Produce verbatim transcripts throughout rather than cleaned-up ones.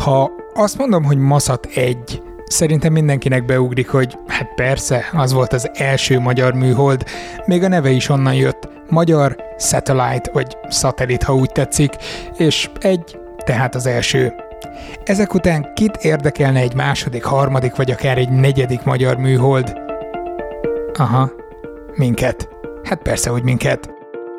Ha azt mondom, hogy Maszat egy, szerintem mindenkinek beugrik, hogy hát persze, az volt az első magyar műhold, még a neve is onnan jött, Magyar Satellite, vagy szatellit, ha úgy tetszik, és egy, tehát az első. Ezek után kit érdekelne egy második, harmadik, vagy akár egy negyedik magyar műhold? Aha, minket. Hát persze, hogy minket.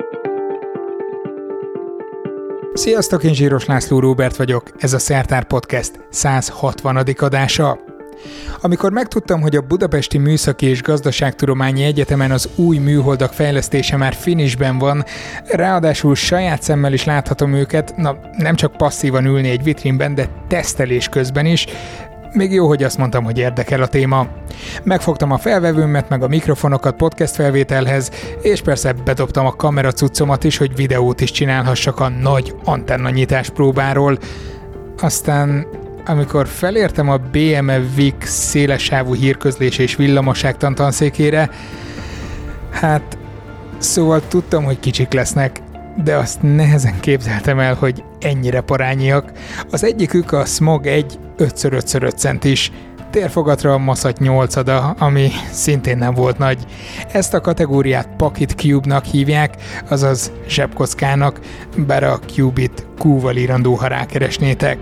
Sziasztok, én Zsíros László Róbert vagyok, ez a Szertár Podcast száz hatvanadik adása. Amikor megtudtam, hogy a Budapesti Műszaki és Gazdaságtudományi Egyetemen az új műholdak fejlesztése már finishben van, ráadásul saját szemmel is láthatom őket, na nem csak passzívan ülni egy vitrínben, de tesztelés közben is, még jó, hogy azt mondtam, hogy érdekel a téma. Megfogtam a felvevőmet, meg a mikrofonokat podcast felvételhez, és persze bedobtam a kameracuccomat is, hogy videót is csinálhassak a nagy antennanyitás próbáról. Aztán, amikor felértem a bé em e Vix szélessávú hírközlés és villamosságtan tanszékére, hát szóval tudtam, hogy kicsik lesznek, de azt nehezen képzeltem el, hogy ennyire parányiak. Az egyikük a Smog egy öt szor öt centis, térfogatra a Maszat nyolcada, ami szintén nem volt nagy. Ezt a kategóriát Pocket Cube-nak hívják, azaz zsebkockának, bár a Cube-it Q-val írandó, ha rákeresnétek.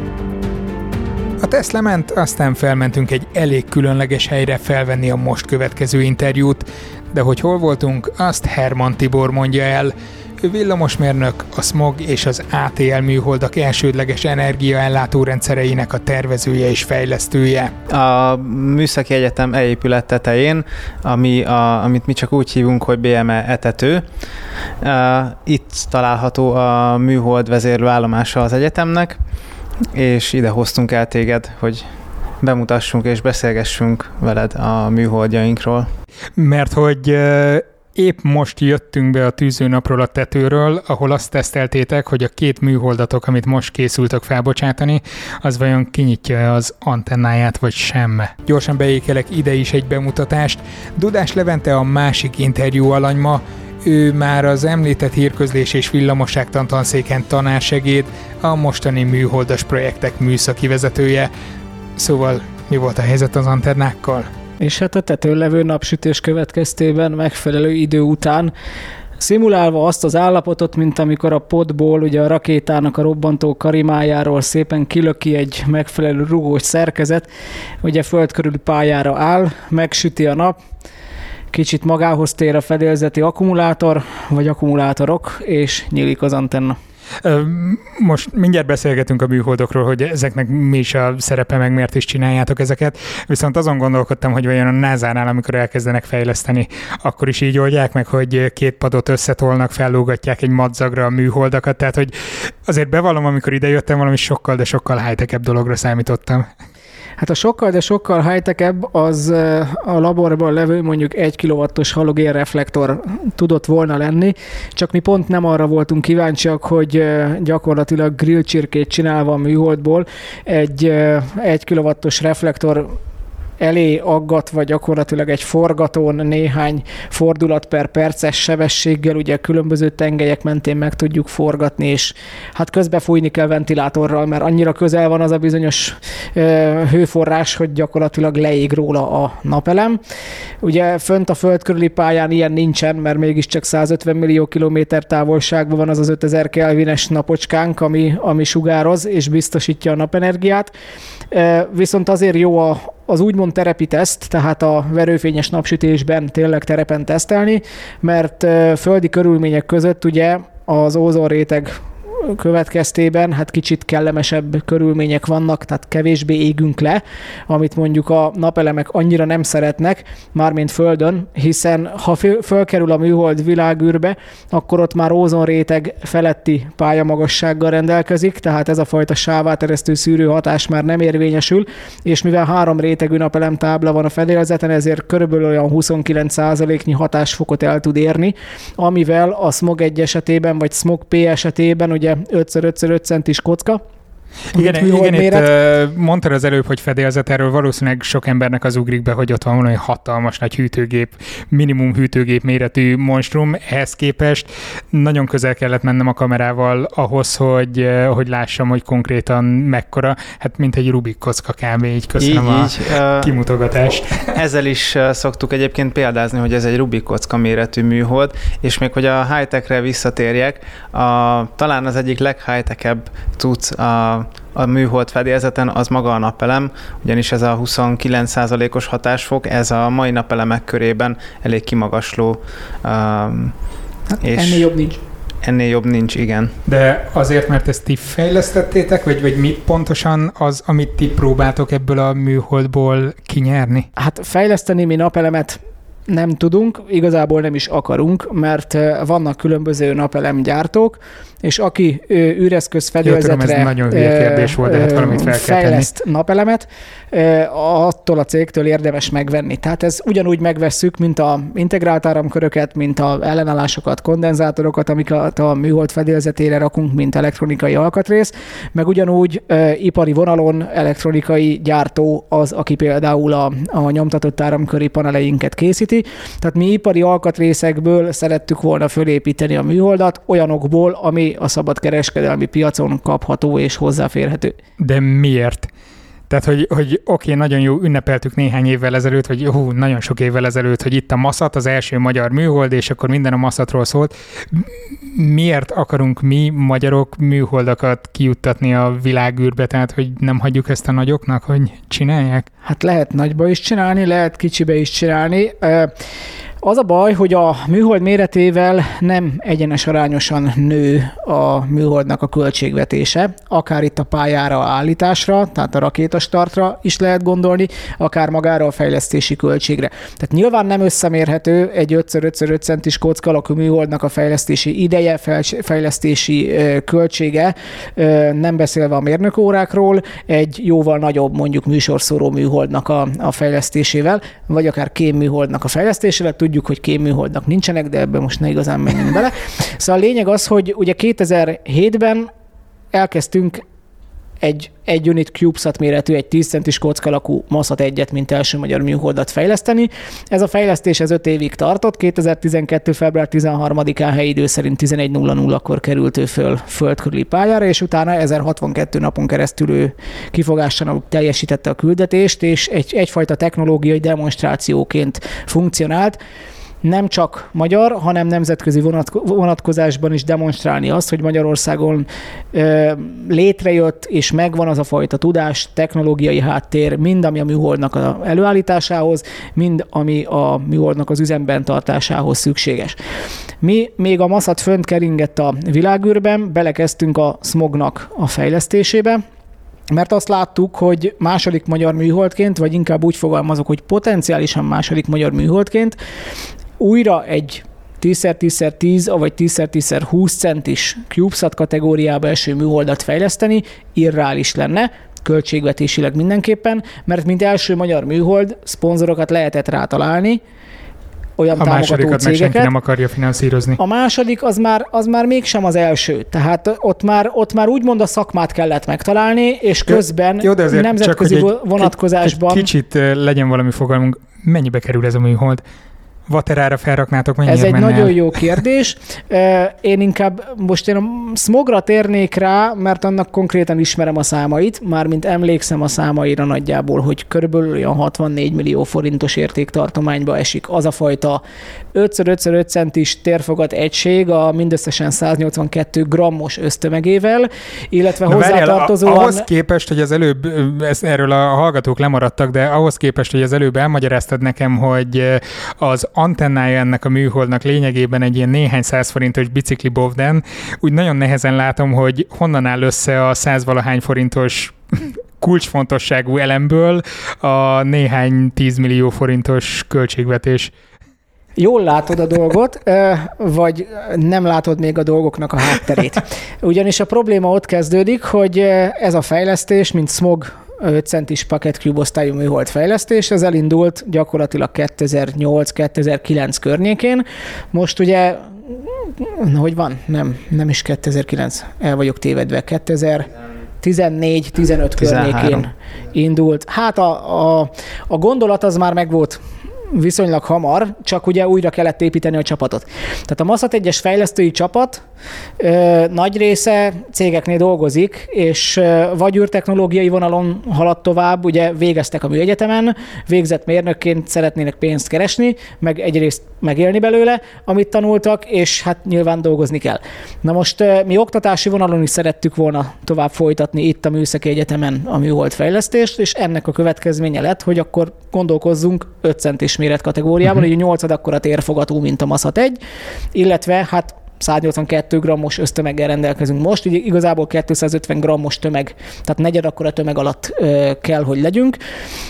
A teszt lement, aztán felmentünk egy elég különleges helyre felvenni a most következő interjút, de hogy hol voltunk, azt Herman Tibor mondja el. Ő villamosmérnök, a Smog és az á té el műholdak elsődleges energiaellátó rendszereinek a tervezője és fejlesztője. A Műszaki Egyetem e-épület tetején, ami a, amit mi csak úgy hívunk, hogy bé em e etető. Itt található a műhold vezérlőállomása az egyetemnek, és ide hoztunk el téged, hogy bemutassunk és beszélgessünk veled a műholdjainkról. Mert hogy épp most jöttünk be a tűzőnapról a tetőről, ahol azt teszteltétek, hogy a két műholdatok, amit most készültök felbocsátani, az vajon kinyitja az antennáját, vagy sem. Gyorsan beékelek ide is egy bemutatást. Dudás Levente a másik interjú alanyma, ő már az említett hírközlés és villamosságtan tanszéken tanársegéd, a mostani műholdas projektek műszaki vezetője. Szóval mi volt a helyzet az antennákkal? És hát a tetőn levő napsütés következtében megfelelő idő után szimulálva azt az állapotot, mint amikor a podból, ugye a rakétának a robbantó karimájáról szépen kilöki egy megfelelő rugós szerkezet, ugye föld körüli pályára áll, megsüti a nap, kicsit magához tér a fedélzeti akkumulátor, vagy akkumulátorok, és nyílik az antenna. Most mindjárt beszélgetünk a műholdokról, hogy ezeknek mi is a szerepe, meg miért is csináljátok ezeket, viszont azon gondolkodtam, hogy vajon a názánál, amikor elkezdenek fejleszteni, akkor is így oldják meg, hogy két padot összetolnak, fellógatják egy madzagra a műholdakat, tehát hogy azért bevallom, amikor idejöttem, valami sokkal, de sokkal high-techebb dologra számítottam. Hát a sokkal, de sokkal high-techebb az a laborban levő mondjuk egy kilowattos halogén reflektor tudott volna lenni, csak mi pont nem arra voltunk kíváncsiak, hogy gyakorlatilag grillcsirkét csinálva a műholdból egy egy kilowattos reflektor elé aggatva gyakorlatilag egy forgatón néhány fordulat per perces sebességgel, ugye különböző tengelyek mentén meg tudjuk forgatni, és hát közbe fújni kell ventilátorral, mert annyira közel van az a bizonyos ö, hőforrás, hogy gyakorlatilag leég róla a napelem. Ugye fönt a föld körüli pályán ilyen nincsen, mert mégiscsak százötven millió kilométer távolságban van az az ötezer kelvines napocskánk, ami, ami sugároz és biztosítja a napenergiát. Ö, viszont azért jó a az úgymond terepi teszt, tehát a verőfényes napsütésben tényleg terepen tesztelni, mert földi körülmények között ugye az ózonréteg következtében hát kicsit kellemesebb körülmények vannak, tehát kevésbé égünk le, amit mondjuk a napelemek annyira nem szeretnek, mármint Földön, hiszen ha fölkerül a műhold világűrbe, akkor ott már ózonréteg feletti pályamagassággal rendelkezik, tehát ez a fajta sáváteresztő szűrő hatás már nem érvényesül, és mivel három rétegű napelemtábla van a fedélzeten, ezért körülbelül olyan huszonkilenc százaléknyi hatásfokot el tud érni, amivel a Smog egy esetében, vagy Smog P esetében ugye öt szor öt szor öt centis kocka, Igen, igen itt mondtad az előbb, hogy fedélzet, erről valószínűleg sok embernek az ugrik be, hogy ott van valami hatalmas nagy hűtőgép, minimum hűtőgép méretű monstrum. Ehhez képest nagyon közel kellett mennem a kamerával ahhoz, hogy, hogy lássam, hogy konkrétan mekkora, hát mint egy Rubik kocka kb. Így köszönöm így, a így, kimutogatást. Ezzel is szoktuk egyébként példázni, hogy ez egy Rubik kocka méretű műhold, és még hogy a high-techre visszatérjek, a, talán az egyik leghigh-techebb cucc a a műhold fedélzeten az maga a napelem, ugyanis ez a huszonkilenc százalékos hatásfok, ez a mai napelemek körében elég kimagasló. Um, hát és ennél jobb nincs. Ennél jobb nincs, igen. De azért, mert ezt ti fejlesztettétek, vagy, vagy mi pontosan az, amit ti próbáltok ebből a műholdból kinyerni? Hát fejleszteni mi napelemet nem tudunk, igazából nem is akarunk, mert vannak különböző napelemgyártók, és aki űreszköz fedélzetre ja, nagyon hülye kérdés volt, de hát valamit fel kell fejleszt tenni. Napelemet, attól a cégtől érdemes megvenni. Tehát ez ugyanúgy megvesszük, mint a integrált áramköröket, mint a ellenállásokat, kondenzátorokat, amiket a műhold fedélzetére rakunk, mint elektronikai alkatrész, meg ugyanúgy e, ipari vonalon elektronikai gyártó az, aki például a, a nyomtatott áramköri paneleinket készíti. Tehát mi ipari alkatrészekből szerettük volna fölépíteni a műholdat, olyanokból, ami a szabadkereskedelmi piacon kapható és hozzáférhető. De miért? Tehát, hogy, hogy oké, nagyon jó, ünnepeltük néhány évvel ezelőtt, vagy hú, nagyon sok évvel ezelőtt, hogy itt a MASAT, az első magyar műhold, és akkor minden a MASATról szólt. Miért akarunk mi magyarok műholdakat kijuttatni a világűrbe, tehát, hogy nem hagyjuk ezt a nagyoknak, hogy csinálják? Hát lehet nagyba is csinálni, lehet kicsibe is csinálni. Az a baj, hogy a műhold méretével nem egyenes arányosan nő a műholdnak a költségvetése, akár itt a pályára állításra, tehát a rakétastartra is lehet gondolni, akár magára a fejlesztési költségre. Tehát nyilván nem összemérhető egy öt szor öt szor öt centis kocka alakú műholdnak a fejlesztési ideje, fejlesztési költsége, nem beszélve a mérnökórákról, egy jóval nagyobb mondjuk műsorszóró műholdnak a, a fejlesztésével, vagy akár kémműholdnak a fejlesztésével. Tudjuk, hogy kémműholdnak nincsenek, de ebben most ne igazán menjünk bele. Szóval a lényeg az, hogy ugye kétezer-hétben elkezdtünk egy, egy unit CubeSat méretű, egy tíz centis kocka alakú MASAT egyet, mint első magyar műholdat fejleszteni. Ez a fejlesztés ez öt évig tartott, kétezer-tizenkettő február tizenharmadikán helyi idő szerint tizenegy nulla nullakor került ő föl föld körüli pályára, és utána ezerhatvankettő napon keresztül ő kifogással teljesítette a küldetést, és egy, egyfajta technológiai demonstrációként funkcionált. Nem csak magyar, hanem nemzetközi vonatkozásban is demonstrálni azt, hogy Magyarországon ö, létrejött és megvan az a fajta tudás, technológiai háttér, mind ami a műholdnak az előállításához, mind ami a műholdnak az üzemben tartásához szükséges. Mi még a MASAT fönt keringett a világűrben, belekezdtünk a smognak a fejlesztésébe, mert azt láttuk, hogy második magyar műholdként, vagy inkább úgy fogalmazok, hogy potenciálisan második magyar műholdként újra egy tíz szer tíz szer tíz vagy tíz szer tíz szer húsz centis CubeSat kategóriába eső műholdat fejleszteni irreális lenne, költségvetésileg mindenképpen, mert mint első magyar műhold szponzorokat lehetett rá-találni, olyan a támogató másodikat cégeket. Meg senki nem akarja finanszírozni. A második az már, az már mégsem az első. Tehát ott már, ott már úgymond a szakmát kellett megtalálni, és közben jó, jó, nemzetközi csak, egy, vonatkozásban... Egy, egy kicsit legyen valami fogalmunk, mennyibe kerül ez a műhold? Vaterára felraknátok, mennyiért Ez egy menne nagyon el? jó kérdés. Én inkább most én a smogra térnék rá, mert annak konkrétan ismerem a számait, mármint emlékszem a számaira nagyjából, hogy körülbelül olyan hatvannégy millió forintos értéktartományba esik az a fajta öt szor öt szor öt centis térfogat egység a mindösszesen száznyolcvankettő grammos össztömegével, illetve Na, hozzátartozóan... Várjál, ahhoz képest, hogy az előbb, ezt, erről a hallgatók lemaradtak, de ahhoz képest, hogy az előbb elmagyaráztad nekem, hogy az antennája ennek a műholdnak lényegében egy ilyen néhány száz forintos bicikli bovden, úgy nagyon nehezen látom, hogy honnan áll össze a százvalahány forintos kulcsfontosságú elemből a néhány tízmillió forintos költségvetés. Jól látod a dolgot, vagy nem látod még a dolgoknak a hátterét. Ugyanis a probléma ott kezdődik, hogy ez a fejlesztés, mint smog öt centis Packet Cube osztályú műhold fejlesztés, ez elindult gyakorlatilag kétezer-nyolc kétezer-kilenc környékén. Most ugye, hogy van? Nem, nem is kétezer-kilenc, el vagyok tévedve. kétezer tizennégy tizenöt környékén indult. Hát a, a, a gondolat az már megvolt viszonylag hamar, csak ugye újra kellett építeni a csapatot. Tehát a Maszat egyes fejlesztői csapat ö, nagy része cégeknél dolgozik, és ö, vagy űrtechnológiai vonalon haladt tovább, ugye végeztek a műegyetemen, végzett mérnökként szeretnének pénzt keresni, meg egyrészt megélni belőle, amit tanultak, és hát nyilván dolgozni kell. Na most ö, mi oktatási vonalon is szerettük volna tovább folytatni itt a Műszaki Egyetemen a műholdfejlesztést, és ennek a következménye lett, hogy akkor gondolkozzunk öt centis méretkategóriában, uh-huh. ugye nyolcad akkora térfogatú, mint a Maszat egy, illetve hát száznyolcvankettő grammos ösztömeggel rendelkezünk most, ugye igazából kétszázötven grammos tömeg, tehát negyed akkora tömeg alatt ö, kell, hogy legyünk,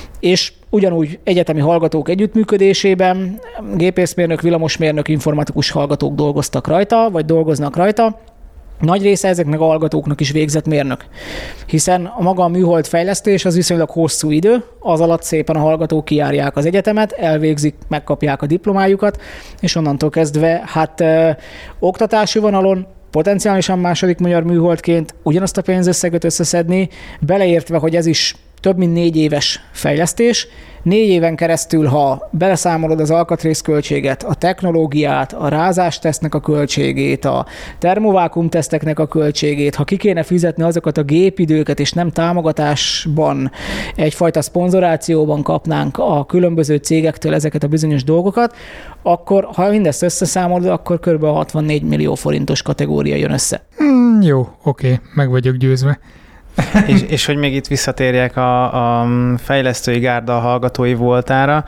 és ugyanúgy egyetemi hallgatók együttműködésében gépészmérnök, villamosmérnök, informatikus hallgatók dolgoztak rajta, vagy dolgoznak rajta. Nagy része ezeknek a hallgatóknak is végzett mérnök, hiszen a maga a műhold fejlesztés az viszonylag hosszú idő, az alatt szépen a hallgatók kijárják az egyetemet, elvégzik, megkapják a diplomájukat, és onnantól kezdve hát ö, oktatási vonalon potenciálisan második magyar műholdként ugyanazt a pénzösszeget összeszedni, beleértve, hogy ez is több mint négy éves fejlesztés. Négy éven keresztül, ha beleszámolod az alkatrészköltséget, a technológiát, a rázástesztnek a költségét, a termovákuumteszteknek a költségét, ha ki kéne fizetni azokat a gépidőket, és nem támogatásban, egyfajta szponzorációban kapnánk a különböző cégektől ezeket a bizonyos dolgokat, akkor ha mindezt összeszámolod, akkor kb. hatvannégy millió forintos kategória jön össze. Mm, jó, oké, meg vagyok győzve. és, és hogy még itt visszatérjek a, a fejlesztői gárda hallgatói voltára,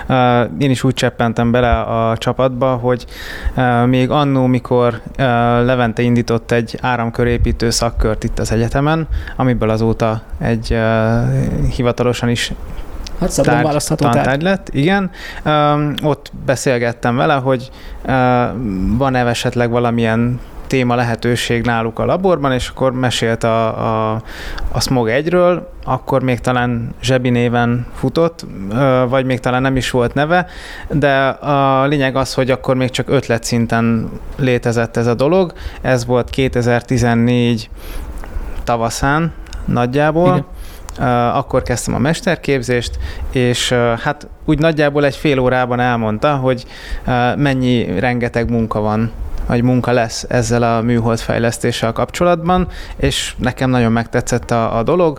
én is úgy cseppentem bele a csapatba, hogy még annó, mikor Levente indított egy áramkörépítő szakkört itt az egyetemen, amiből azóta egy hivatalosan is Hát szabadon választható tantárgy lett, igen. Um, ott beszélgettem vele, hogy uh, van-e esetleg valamilyen téma lehetőség náluk a laborban, és akkor mesélt a, a, a Smog egyről, akkor még talán Zsebi néven futott, vagy még talán nem is volt neve, de a lényeg az, hogy akkor még csak ötletszinten létezett ez a dolog. Ez volt kétezer-tizennégy tavaszán nagyjából. Igen. Akkor kezdtem a mesterképzést, és hát úgy nagyjából egy fél órában elmondta, hogy mennyi rengeteg munka van, vagy munka lesz ezzel a műholdfejlesztéssel kapcsolatban, és nekem nagyon megtetszett a, a dolog,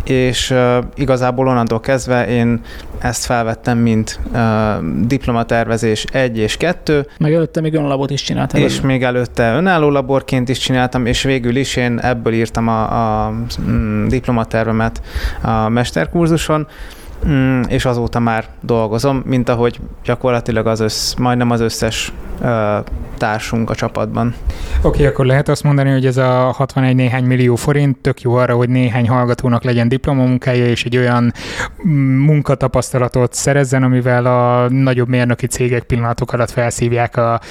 és uh, igazából onnantól kezdve én ezt felvettem, mint uh, diplomatervezés egy és kettő. Meg előtte még önlabot is csináltam. És még előtte önálló laborként is csináltam, és végül is én ebből írtam a, a mm, diplomatervemet a mesterkurzuson, Mm, és azóta már dolgozom, mint ahogy gyakorlatilag az össz, majdnem az összes ö, társunk a csapatban. Oké, okay, akkor lehet azt mondani, hogy ez a hatvanegy néhány millió forint tök jó arra, hogy néhány hallgatónak legyen diplomamunkája, és egy olyan munkatapasztalatot szerezzen, amivel a nagyobb mérnöki cégek pillanatok alatt felszívják a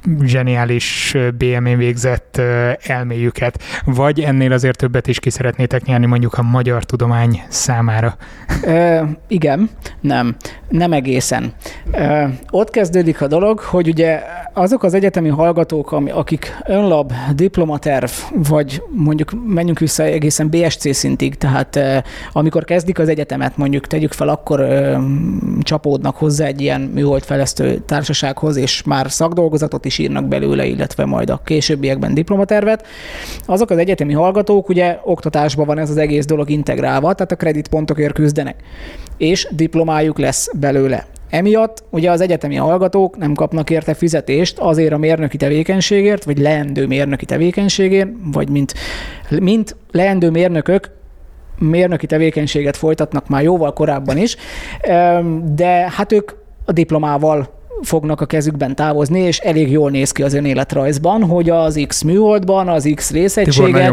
zseniális bé em en végzett elméjüket. Vagy ennél azért többet is ki szeretnétek nyerni mondjuk a magyar tudomány számára? Ö, igen, nem. Nem egészen. Ö, ott kezdődik a dolog, hogy ugye azok az egyetemi hallgatók, akik önlab, diplomaterv, vagy mondjuk menjünk vissza egészen bé es cé szintig, tehát eh, amikor kezdik az egyetemet, mondjuk tegyük fel, akkor eh, csapódnak hozzá egy ilyen műholdfejlesztő társasághoz, és már szakdolgozatot is írnak belőle, illetve majd a későbbiekben diplomatervet. Azok az egyetemi hallgatók, ugye oktatásban van ez az egész dolog integrálva, tehát a kreditpontokért küzdenek, és diplomájuk lesz belőle. Emiatt ugye az egyetemi hallgatók nem kapnak érte fizetést azért a mérnöki tevékenységért, vagy leendő mérnöki tevékenységért, vagy mint, mint leendő mérnökök mérnöki tevékenységet folytatnak már jóval korábban is, de hát ők a diplomával fognak a kezükben távozni, és elég jól néz ki az önéletrajzban, hogy az X műholdban az X részegységet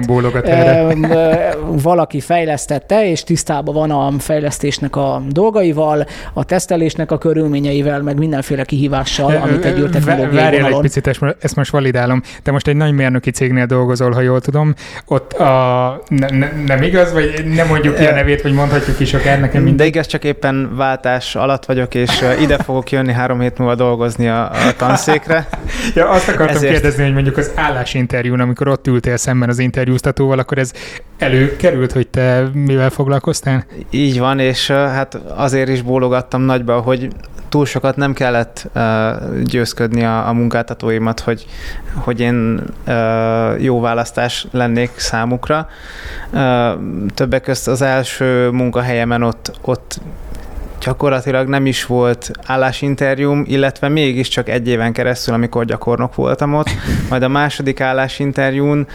valaki fejlesztette, és tisztában van a fejlesztésnek a dolgaival, a tesztelésnek a körülményeivel, meg mindenféle kihívással, amit egy űrtechnológiai vonalon. Várjál egy picit, ezt most validálom. Te most egy nagy mérnöki cégnél dolgozol, ha jól tudom. Ott a... Ne, ne, nem igaz? Vagy nem mondjuk ki a nevét, vagy mondhatjuk is akár nekem. De igaz, csak éppen váltás alatt vagyok, és ide fogok jönni három hét múlva dolgozni a, a tanszékre. Ja, azt akartam Ezért... kérdezni, hogy mondjuk az állásinterjún, amikor ott ültél szemben az interjúztatóval, akkor ez előkerült, hogy te mivel foglalkoztál? Így van, és hát azért is bólogattam nagyba, hogy túl sokat nem kellett uh, győzködni a, a munkáltatóimat, hogy, hogy én uh, jó választás lennék számukra. Uh, többek közt az első munkahelyemen ott, ott gyakorlatilag nem is volt állásinterjúm, illetve mégiscsak egy éven keresztül, amikor gyakornok voltam ott. Majd a második állásinterjún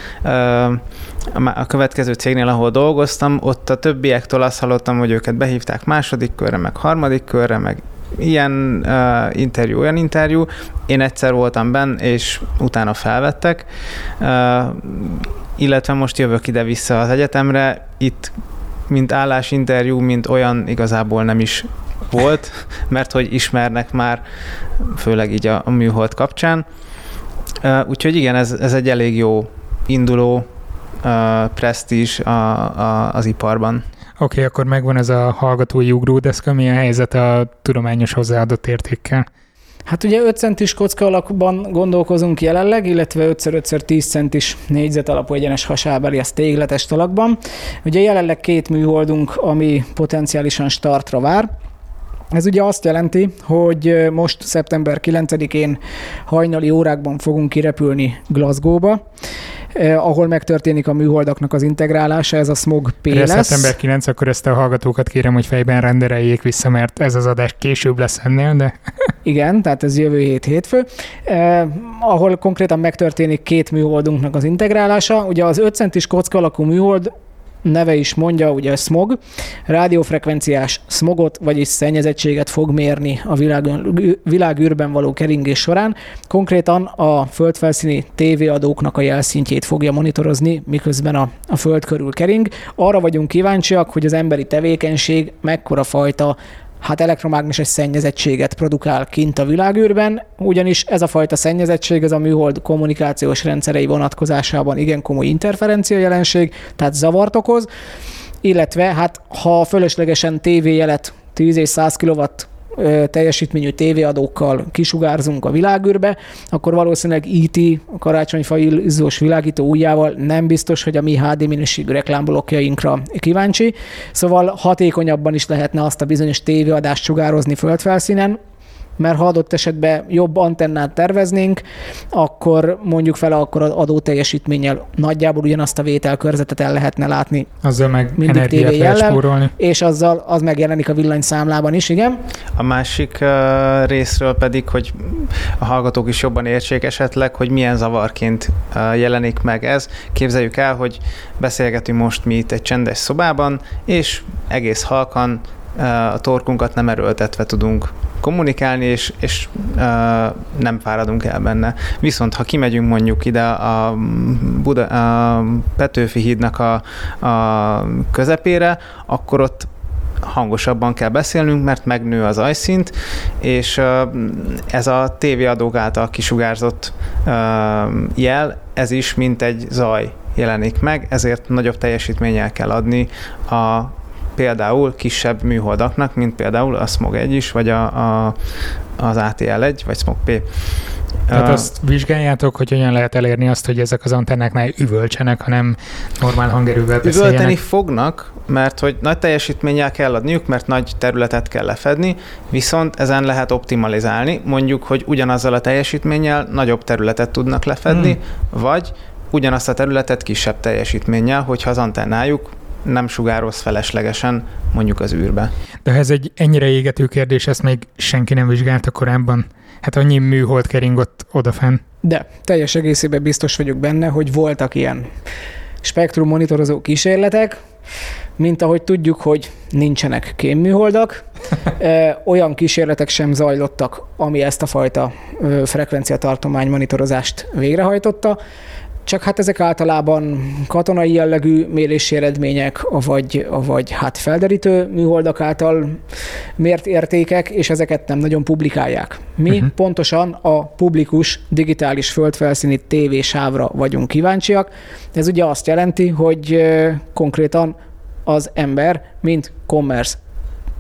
a következő cégnél, ahol dolgoztam, ott a többiektől azt hallottam, hogy őket behívták második körre, meg harmadik körre, meg ilyen uh, interjú, olyan interjú. Én egyszer voltam benn, és utána felvettek. Uh, illetve most jövök ide-vissza az egyetemre. Itt mint állásinterjú, mint olyan igazából nem is volt, mert hogy ismernek már, főleg így a, a műhold kapcsán. Uh, úgyhogy igen, ez, ez egy elég jó induló uh, presztízs a, a, az iparban. Oké, okay, akkor megvan ez a hallgatói ugródeszka, mi a helyzet a tudományos hozzáadott értékkel? Hát ugye öt centis kocka alakban gondolkozunk jelenleg, illetve öt szor öt szor tíz centis négyzet alapú egyenes hasábeli, ez tégletes talakban. Ugye jelenleg két műholdunk, ami potenciálisan startra vár. Ez ugye azt jelenti, hogy most szeptember kilencedikén hajnali órákban fogunk kirepülni Glasgow-ba, eh, ahol megtörténik a műholdaknak az integrálása, ez a SMOG P lesz. szeptember kilencedike, akkor ezt a hallgatókat kérem, hogy fejben rendereljék vissza, mert ez az adás később lesz ennél, de... Igen, tehát ez jövő hét hétfő, eh, ahol konkrétan megtörténik két műholdunknak az integrálása. Ugye az öt centis kocka alakú műhold neve is mondja, ugye a SMOG, rádiófrekvenciás smogot, vagyis szennyezettséget fog mérni a világ, világűrben való keringés során. Konkrétan a földfelszíni tévéadóknak a jelszintjét fogja monitorozni, miközben a, a föld körül kering. Arra vagyunk kíváncsiak, hogy az emberi tevékenység mekkora fajta hát elektromágneses szennyezettséget produkál kint a világűrben, ugyanis ez a fajta szennyezettség, ez a műhold kommunikációs rendszerei vonatkozásában igen komoly interferencia jelenség, tehát zavart okoz, illetve hát ha fölöslegesen tévéjelet tíz és száz kilowatt teljesítményű tévéadókkal kisugárzunk a világűrbe, akkor valószínűleg í té, a karácsonyfa izzós világító ujjával nem biztos, hogy a mi há dé minőségű reklámblokkjainkra kíváncsi. Szóval hatékonyabban is lehetne azt a bizonyos tévéadást sugározni földfelszínen, mert ha adott esetben jobb antennát terveznénk, akkor mondjuk fel akkor az adó teljesítménnyel nagyjából ugyanazt a vételkörzetet el lehetne látni. Azzal meg energiát lehet spórolni. És azzal az megjelenik a villanyszámlában is, igen. A másik uh, részről pedig, hogy a hallgatók is jobban értsék esetleg, hogy milyen zavarként uh, jelenik meg ez. Képzeljük el, hogy beszélgetünk most mi itt egy csendes szobában, és egész halkan uh, a torkunkat nem erőltetve tudunk kommunikálni, és, és uh, nem fáradunk el benne. Viszont ha kimegyünk mondjuk ide a, Buda, a Petőfi hídnak a, a közepére, akkor ott hangosabban kell beszélnünk, mert megnő az ajszint, és uh, ez a tévéadók által kisugárzott uh, jel, ez is mint egy zaj jelenik meg, ezért nagyobb teljesítménnyel kell adni a például kisebb műholdaknak, mint például a SMOG egy is, vagy a, a, az á té el egy, vagy SMOG P. Tehát uh, azt vizsgáljátok, hogy hogyan lehet elérni azt, hogy ezek az antennák ne üvöltsenek, hanem normál hangerővel beszéljenek. Üvölteni fognak, mert hogy nagy teljesítménnyel kell adniuk, mert nagy területet kell lefedni, viszont ezen lehet optimalizálni, mondjuk, hogy ugyanazzal a teljesítménnyel nagyobb területet tudnak lefedni, hmm. vagy ugyanazt a területet kisebb teljesítménnyel, hogyha az antennájuk nem sugároz feleslegesen mondjuk az űrbe. De ha ez egy ennyire égető kérdés, ezt még senki nem vizsgálta korábban. Hát annyi műhold keringott odafenn. De teljes egészében biztos vagyok benne, hogy voltak ilyen spektrum monitorozó kísérletek, mint ahogy tudjuk, hogy nincsenek kémműholdak. Olyan kísérletek sem zajlottak, ami ezt a fajta frekvenciatartomány monitorozást végrehajtotta. Csak hát ezek általában katonai jellegű mérési eredmények, vagy, vagy hát felderítő műholdak által mért értékek, és ezeket nem nagyon publikálják. Mi uh-huh. pontosan a publikus digitális földfelszíni tévésávra vagyunk kíváncsiak. Ez ugye azt jelenti, hogy konkrétan az ember, mint commerce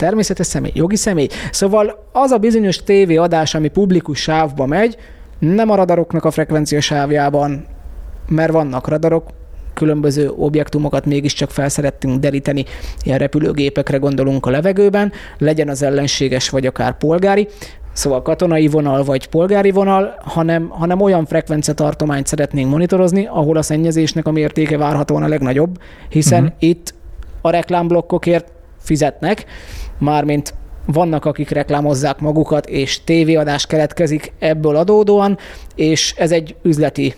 természetes személy, jogi személy. Szóval az a bizonyos tévéadás, ami publikus sávba megy, nem a radaroknak a frekvencia sávjában, mert vannak radarok, különböző objektumokat mégiscsak felszerettünk deríteni, ilyen repülőgépekre gondolunk a levegőben, legyen az ellenséges vagy akár polgári, szóval katonai vonal vagy polgári vonal, hanem, hanem olyan frekvenciatartományt szeretnénk monitorozni, ahol a szennyezésnek a mértéke várhatóan a legnagyobb, hiszen uh-huh. itt a reklámblokkokért fizetnek, mármint vannak, akik reklámozzák magukat, és tévéadás keletkezik ebből adódóan, és ez egy üzleti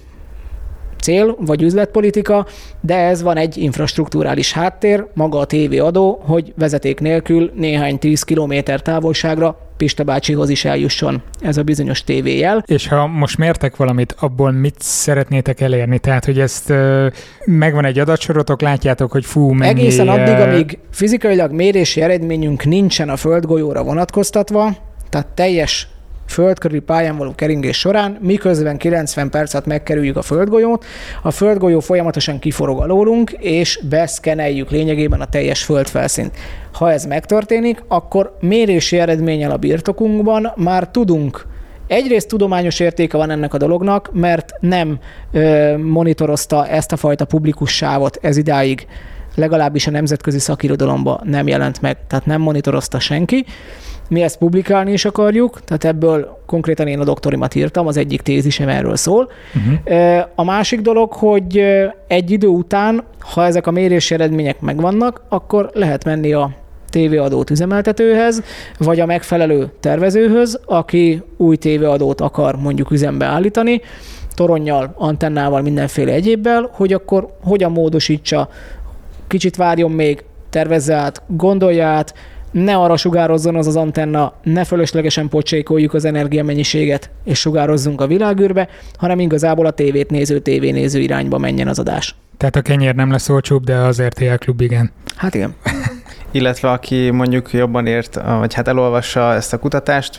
cél, vagy üzletpolitika, de ez van egy infrastrukturális háttér, maga a tévéadó, hogy vezeték nélkül néhány tíz kilométer távolságra Pista bácsihoz is eljusson ez a bizonyos tévéjel. És ha most mértek valamit, abból mit szeretnétek elérni? Tehát, hogy ezt uh, megvan egy adatsorotok, látjátok, hogy fú, mennyi... Egészen addig, amíg fizikailag mérési eredményünk nincsen a földgolyóra vonatkoztatva, tehát teljes földkörüli pályán való keringés során, miközben kilencven percet megkerüljük a földgolyót, a földgolyó folyamatosan kiforog alólunk, és beszkeneljük lényegében a teljes földfelszínt. Ha ez megtörténik, akkor mérési eredménnyel a birtokunkban már tudunk. Egyrészt tudományos értéke van ennek a dolognak, mert nem ö, monitorozta ezt a fajta publikus sávot ez idáig, legalábbis a nemzetközi szakirodalomban nem jelent meg, tehát nem monitorozta senki. Mi ezt publikálni is akarjuk, tehát ebből konkrétan én a doktorimat írtam, az egyik tézisem erről szól. Uh-huh. A másik dolog, hogy egy idő után, ha ezek a mérési eredmények megvannak, akkor lehet menni a tévéadót üzemeltetőhez, vagy a megfelelő tervezőhöz, aki új tévéadót akar mondjuk üzembe állítani, toronnyal, antennával, mindenféle egyébbel, hogy akkor hogyan módosítsa, kicsit várjon még, tervezze át, gondolja át, ne arra sugározzon az az antenna, ne fölöslegesen pocsékoljuk az energiamennyiséget, és sugározzunk a világűrbe, hanem igazából a tévét néző, tévénéző irányba menjen az adás. Tehát a kenyér nem lesz olcsóbb, de az er té el Klub igen. Hát igen. Illetve aki mondjuk jobban ért, vagy hát elolvassa ezt a kutatást,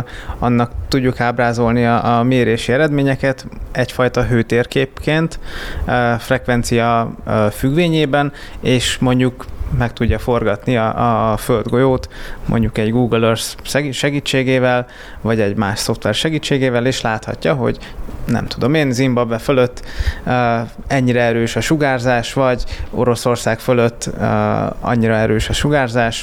annak tudjuk ábrázolni a, a mérési eredményeket egyfajta hőtérképként, frekvencia függvényében, és mondjuk meg tudja forgatni a, a földgolyót, mondjuk egy Google Earth segítségével, vagy egy más szoftver segítségével, és láthatja, hogy nem tudom én, Zimbabwe fölött uh, ennyire erős a sugárzás, vagy Oroszország fölött uh, annyira erős a sugárzás,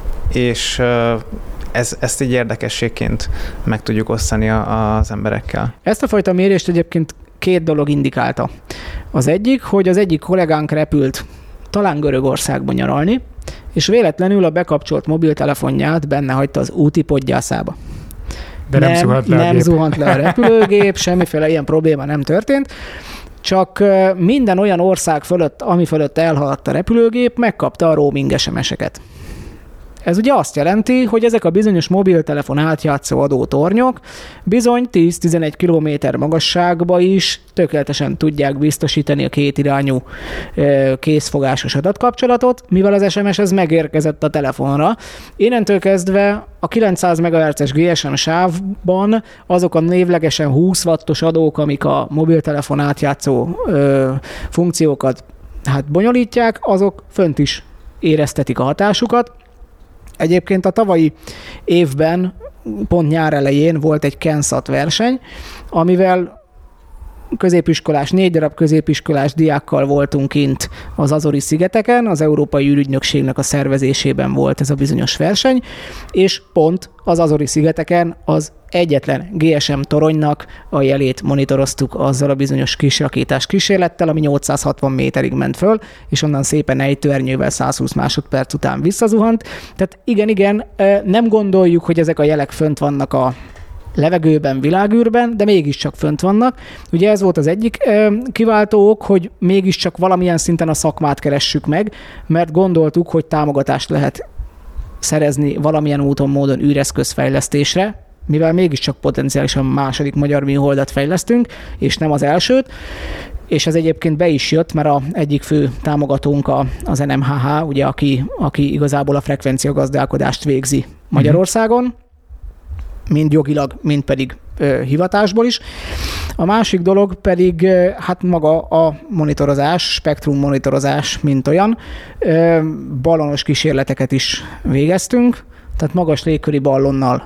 és uh, ez, ezt így érdekességként meg tudjuk osztani a, az emberekkel. Ezt a fajta mérést egyébként két dolog indikálta. Az egyik, hogy az egyik kollégánk repült talán Görögországban nyaralni, és véletlenül a bekapcsolt mobiltelefonját benne hagyta az úti podgyászába. De nem, nem zuhant le a Nem gép. zuhant le a repülőgép, semmiféle ilyen probléma nem történt, csak minden olyan ország fölött, ami fölött elhaladt a repülőgép, megkapta a roaming es em es-eket. Ez ugye azt jelenti, hogy ezek a bizonyos mobiltelefon átjátszó adótornyok bizony tíz-tizenegy kilométer magasságba is tökéletesen tudják biztosítani a kétirányú készfogásos adatkapcsolatot, mivel az es em es ez megérkezett a telefonra. Innentől kezdve a kilencszáz megahertzes gé es em sávban azok a névlegesen húsz wattos adók, amik a mobiltelefon átjátszó ö, funkciókat hát bonyolítják, azok fönt is éreztetik a hatásukat. Egyébként a tavalyi évben, pont nyár elején volt egy KenSat verseny, amivel középiskolás, négy darab középiskolás diákkal voltunk kint az Azori-szigeteken, az Európai űrügynökségnek a szervezésében volt ez a bizonyos verseny, és pont az Azori-szigeteken az egyetlen gé es em toronynak a jelét monitoroztuk azzal a bizonyos kisrakétás kísérlettel, ami nyolcszázhatvan méterig ment föl, és onnan szépen ejtőernyővel százhúsz másodperc után visszazuhant. Tehát igen, igen, nem gondoljuk, hogy ezek a jelek fönt vannak a levegőben, világűrben, de mégiscsak fönt vannak. Ugye ez volt az egyik kiváltó ok, hogy mégiscsak valamilyen szinten a szakmát keressük meg, mert gondoltuk, hogy támogatást lehet szerezni valamilyen úton, módon űreszközfejlesztésre, mivel mégiscsak potenciálisan második magyar műholdat fejlesztünk, és nem az elsőt, és ez egyébként be is jött, mert a egyik fő támogatónk a, az en em há há, ugye, aki, aki igazából a frekvencia gazdálkodást végzi Magyarországon, mind jogilag, mind pedig ö, hivatásból is. A másik dolog pedig ö, hát maga a monitorozás, spektrum monitorozás, mint olyan. Ö, ballonos kísérleteket is végeztünk, tehát magas légköri ballonnal.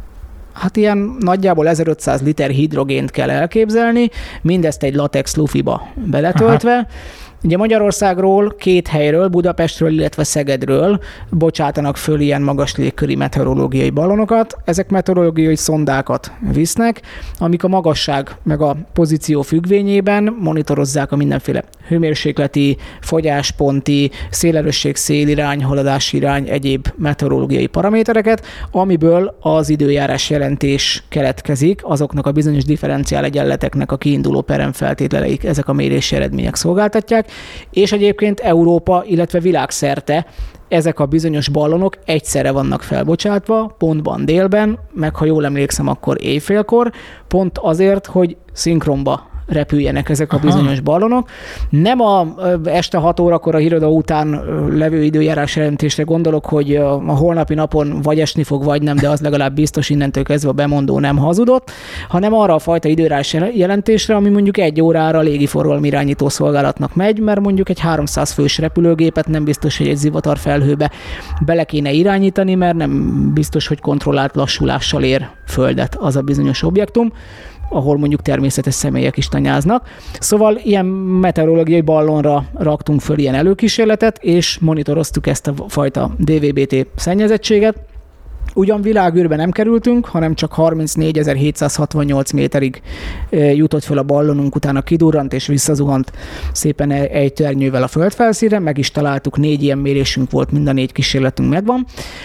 Hát ilyen nagyjából ezerötszáz liter hidrogént kell elképzelni, mindezt egy latex lufiba beletöltve. Aha. Ugye Magyarországról, két helyről, Budapestről, illetve Szegedről bocsátanak föl ilyen magas légköri meteorológiai ballonokat. Ezek meteorológiai szondákat visznek, amik a magasság meg a pozíció függvényében monitorozzák a mindenféle hőmérsékleti, fogyásponti, szélerősség, szélirány, haladási irány, egyéb meteorológiai paramétereket, amiből az időjárás jelentés keletkezik, azoknak a bizonyos differenciál egyenleteknek a kiinduló peremfeltételeik, ezek a mérési eredmények szolgáltatják, és egyébként Európa, illetve világszerte ezek a bizonyos ballonok egyszerre vannak felbocsátva, pontban délben, meg ha jól emlékszem, akkor éjfélkor, pont azért, hogy szinkronba repüljenek ezek a bizonyos ballonok. Nem a este hat órakor a híradó után levő időjárás jelentésre gondolok, hogy a holnapi napon vagy esni fog, vagy nem, de az legalább biztos, innentől kezdve a bemondó nem hazudott, hanem arra a fajta időjárás jelentésre, ami mondjuk egy órára légiforgalmi irányító szolgálatnak megy, mert mondjuk egy háromszáz fős repülőgépet nem biztos, hogy egy zivatar felhőbe bele kéne irányítani, mert nem biztos, hogy kontrollált lassulással ér földet az a bizonyos objektum, ahol mondjuk természetes személyek is tanyáznak. Szóval ilyen meteorológiai ballonra raktunk föl ilyen előkísérletet, és monitoroztuk ezt a fajta dé vé bé té szennyezettséget. Ugyan világűrbe nem kerültünk, hanem csak harmincnégyezer-hétszázhatvannyolc méterig jutott föl a ballonunk, utána kidurrant és visszazuhant szépen ejtőernyővel a földfelszínre, meg is találtuk, négy ilyen mérésünk volt, mind a négy kísérletünk megvan.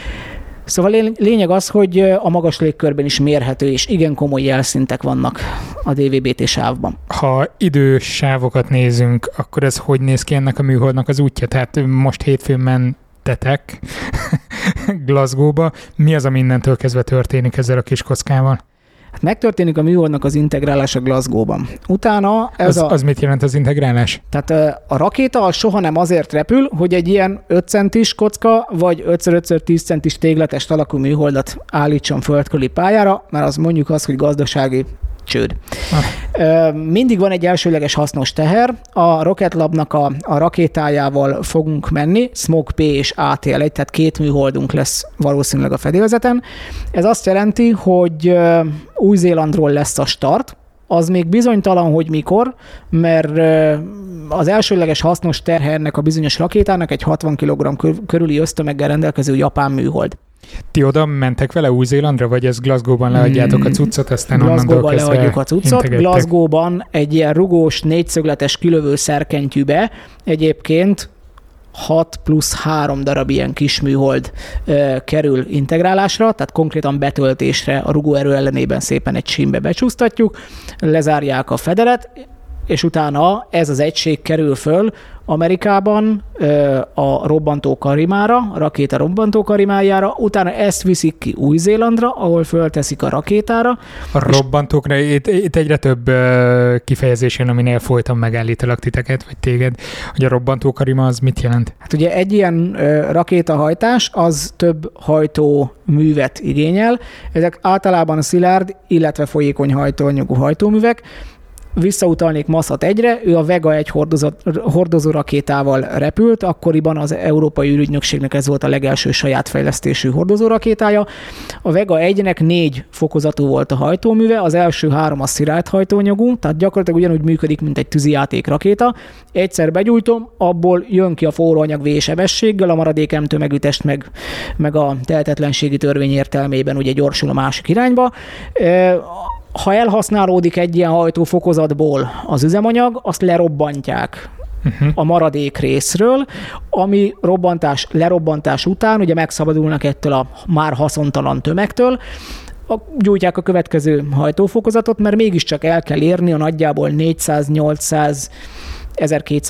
Szóval lényeg az, hogy a magas légkörben is mérhető és igen komoly jelszintek vannak a dé vé bé té sávban. Ha idős sávokat nézünk, akkor ez hogy néz ki ennek a műholdnak az útja? Tehát most hétfőn mentetek Glasgow-ba. Mi az, ami innentől kezdve történik ezzel a kis kockával? Hát megtörténik a műholdnak az integrálása Glasgow-ban. Utána ez az, a... Az mit jelent az integrálás? Tehát a rakéta soha nem azért repül, hogy egy ilyen öt centis kocka, vagy öt szor öt szor tíz centis tégletes alakú műholdat állítson földkörüli pályára, mert az mondjuk az, hogy gazdasági csőd. Ah. Mindig van egy elsőleges hasznos teher. A Rocket Labnak a, a rakétájával fogunk menni, Smog P és á té el egy, tehát két műholdunk lesz valószínűleg a fedélzeten. Ez azt jelenti, hogy Új-Zélandról lesz a start, az még bizonytalan, hogy mikor, mert az elsőleges hasznos terhe ennek a bizonyos rakétának egy hatvan kilogramm körüli ösztömeggel rendelkező japán műhold. Ti oda mentek vele Új-Zélandra, vagy ez Glasgow-ban leadjátok a cuccot, aztán Glasgow-ban leadjuk a cuccot. Glasgow-ban egy ilyen rugós, négyszögletes kilövő szerkentyűbe egyébként hat plusz három darab ilyen kis műhold e, kerül integrálásra, tehát konkrétan betöltésre a rugóerő ellenében szépen egy sínbe becsúsztatjuk, lezárják a fedelet, és utána ez az egység kerül föl Amerikában a robbantó karimára, a rakéta robbantó karimájára, utána ezt viszik ki Új-Zélandra, ahol fölteszik a rakétára. A robbantokra, itt, itt egyre több uh, kifejezés jön, aminél folyton megállítalak titeket, vagy téged, hogy a robbantó karima az mit jelent? Hát ugye egy ilyen uh, rakétahajtás az több hajtóművet igényel. Ezek általában szilárd, illetve folyékony hajtóanyagú hajtóművek. Visszautalnék Massat egyre, ő a Vega egy hordozó rakétával repült, akkoriban az Európai űrügynökségnek ez volt a legelső saját fejlesztésű hordozó rakétája. A Vega egynek négy fokozatú volt a hajtóműve, az első három a szilárd hajtóanyagú, tehát gyakorlatilag ugyanúgy működik, mint egy tűzijáték rakéta. Egyszer begyújtom, abból jön ki a forróanyag V-sebességgel, a maradék M tömegütest meg, meg a tehetetlenségi törvény értelmében ugye gyorsul a másik irányba. Ha elhasználódik egy ilyen hajtófokozatból az üzemanyag, azt lerobbantják uh-huh. a maradék részről, ami robbantás, lerobbantás után ugye megszabadulnak ettől a már haszontalan tömegtől, gyújtják a következő hajtófokozatot, mert mégiscsak el kell érni a nagyjából négyszáz-nyolcszáz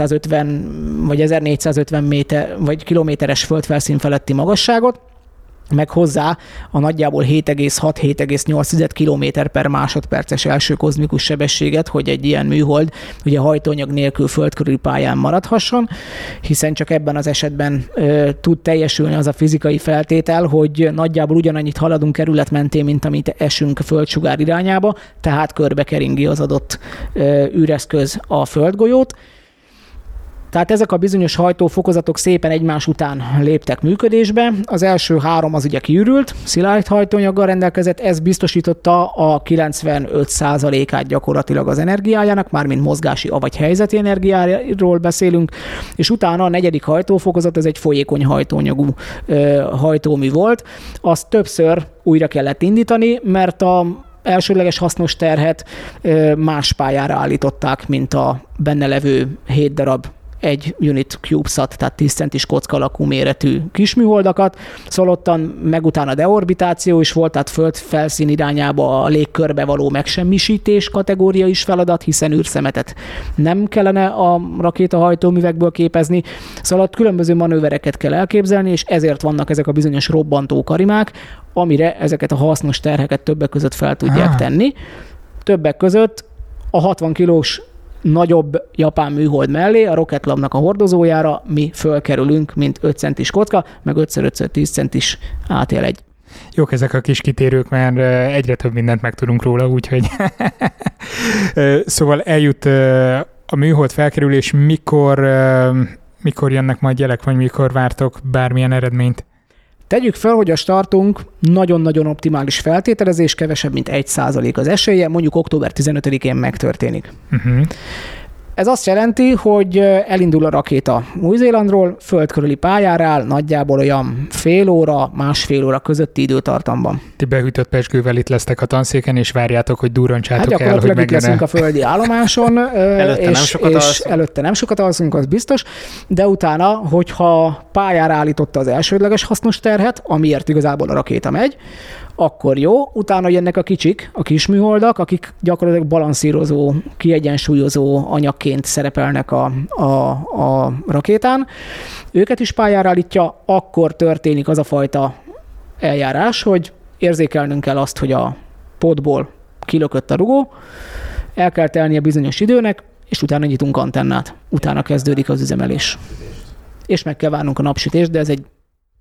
ezerkétszázötven vagy ezernégyszázötven méter vagy kilométeres földfelszín feletti magasságot. meg hozzá a nagyjából hét egész hat-hét egész nyolc kilométer per másodperces első kozmikus sebességet, hogy egy ilyen műhold ugye hajtóanyag nélkül földkörüli pályán maradhasson, hiszen csak ebben az esetben ö, tud teljesülni az a fizikai feltétel, hogy nagyjából ugyanannyit haladunk kerület mentén, mint amit esünk a földsugár irányába, tehát körbe keringi az adott ö, űreszköz a földgolyót. Tehát ezek a bizonyos hajtófokozatok szépen egymás után léptek működésbe. Az első három az ugye kiürült, szilárd hajtóanyaggal rendelkezett, ez biztosította a kilencvenöt százalékát gyakorlatilag az energiájának, mármint mozgási, avagy helyzeti energiáról beszélünk, és utána a negyedik hajtófokozat, ez egy folyékony hajtóanyagú ö, hajtómű volt. Azt többször újra kellett indítani, mert a elsődleges hasznos terhet ö, más pályára állították, mint a benne levő hét darab egy unit CubeSat, tehát tíz centis kocka alakú méretű kisműholdakat, szóval ottan meg utána deorbitáció is volt, tehát föld felszín irányába a légkörbe való megsemmisítés kategória is feladat, hiszen űrszemetet nem kellene a rakétahajtóművekből képezni, szóval ott különböző manővereket kell elképzelni, és ezért vannak ezek a bizonyos robbantó karimák, amire ezeket a hasznos terheket többek között fel tudják ah. tenni. Többek között a hatvan kilós nagyobb japán műhold mellé, a Rocket Labnak a hordozójára mi fölkerülünk, mint öt centis kocka, meg ötször ötször tíz centis á té el egy. Jók ezek a kis kitérők, mert egyre több mindent megtudunk róla, úgyhogy szóval eljut a műhold felkerülés, mikor, mikor jönnek majd jelek, vagy mikor vártok bármilyen eredményt? Tegyük fel, hogy a startunk nagyon-nagyon optimális feltételezés, kevesebb, mint egy százalék az esélye, mondjuk október tizenötödikén megtörténik. Uh-huh. Ez azt jelenti, hogy elindul a rakéta Új-Zélandról, földkörüli pályára áll, nagyjából olyan fél óra, másfél óra közötti időtartamban. Ti behűtött pezsgővel itt lesztek a tanszéken, és várjátok, hogy durrancsátok hát el, hogy itt leszünk a földi állomáson, előtte, és, nem sokat és előtte nem sokat alszunk, az biztos, de utána, hogyha pályára állította az elsődleges hasznos terhet, amiért igazából a rakéta megy, akkor jó, utána jönnek a kicsik, a kisműholdak, akik gyakorlatilag balanszírozó, kiegyensúlyozó anyagként szerepelnek a, a, a rakétán. Őket is pályára állítja, akkor történik az a fajta eljárás, hogy érzékelnünk kell azt, hogy a podból kilökött a rugó, el kell telni a bizonyos időnek, és utána nyitunk antennát. Utána kezdődik az üzemelés. És meg kell várnunk a napsütést, de ez egy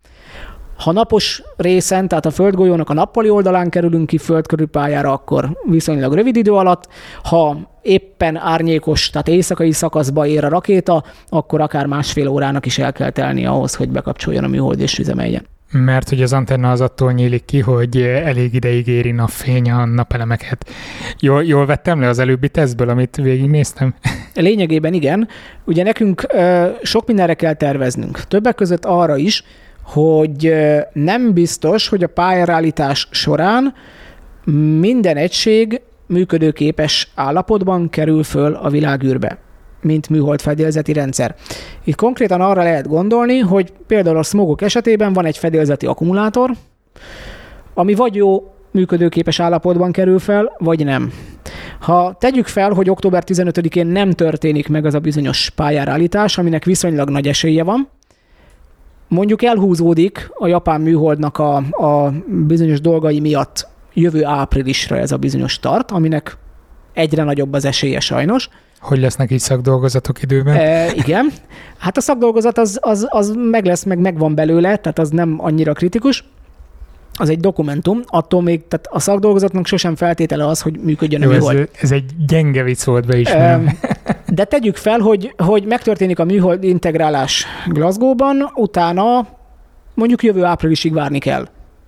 Ha napos részen, tehát a földgolyónak a nappali oldalán kerülünk ki földkörüli pályára, akkor viszonylag rövid idő alatt. Ha éppen árnyékos, tehát éjszakai szakaszba ér a rakéta, akkor akár másfél órának is el kell telni ahhoz, hogy bekapcsoljon a műhold és üzemeljen. Mert hogy az antenna az attól nyílik ki, hogy elég ideig éri napfény a napelemeket. Jól, jól vettem le az előbbi tesztből, amit végignéztem? Lényegében igen. Ugye nekünk ö, sok mindenre kell terveznünk. Többek között arra is, hogy nem biztos, hogy a pályareállítás során minden egység működőképes állapotban kerül föl a világűrbe, mint műhold fedélzeti rendszer. Itt konkrétan arra lehet gondolni, hogy például a smogok esetében van egy fedélzeti akkumulátor, ami vagy jó működőképes állapotban kerül fel, vagy nem. Ha tegyük fel, hogy október tizenötödikén nem történik meg az a bizonyos pályáreállítás, aminek viszonylag nagy esélye van, mondjuk elhúzódik a japán műholdnak a, a bizonyos dolgai miatt jövő áprilisra ez a bizonyos start, aminek egyre nagyobb az esélye sajnos. Hogy lesznek így szakdolgozatok időben? E, igen. Hát a szakdolgozat az, az, az meg lesz, meg megvan belőle, tehát az nem annyira kritikus. Az egy dokumentum, attól még, tehát a szakdolgozatnak sosem feltétele az, hogy működjön a műhold. Ez, ez egy gyenge vicc volt, beismerem. De tegyük fel, hogy, hogy megtörténik a műhold integrálás Glasgow-ban, utána mondjuk jövő áprilisig várni kell.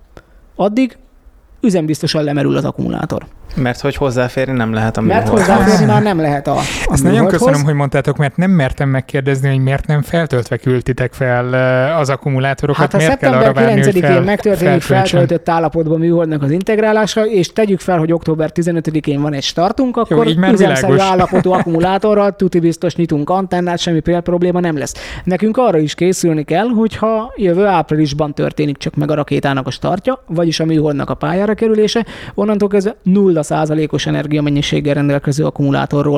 Addig üzembiztosan lemerül az akkumulátor. Mert hogy hozzáférni nem lehet a műholdhoz. Mert hozzáférni már nem lehet a, a Ezt nagyon köszönöm, hogy mondtátok, mert nem mertem megkérdezni, hogy miért nem feltöltve küldtitek fel az akkumulátorokat. Hát ha miért kell arra várni, kilencedikén fel, megtörténik feltöltött állapotban műholdnak az integrálása, és tegyük fel, hogy október tizenötödikén van egy startunk, akkor üzemszerű állapotú akkumulátorral tuti biztos nyitunk antennát, semmi probléma nem lesz. Nekünk arra is készülni kell, hogyha jövő áprilisban történik csak meg a rakétának a startja, vagyis a műholdnak a pályára kerülése, onnantól kezdve nulla százalékos energiamennyiséggel rendelkező akkumulátorról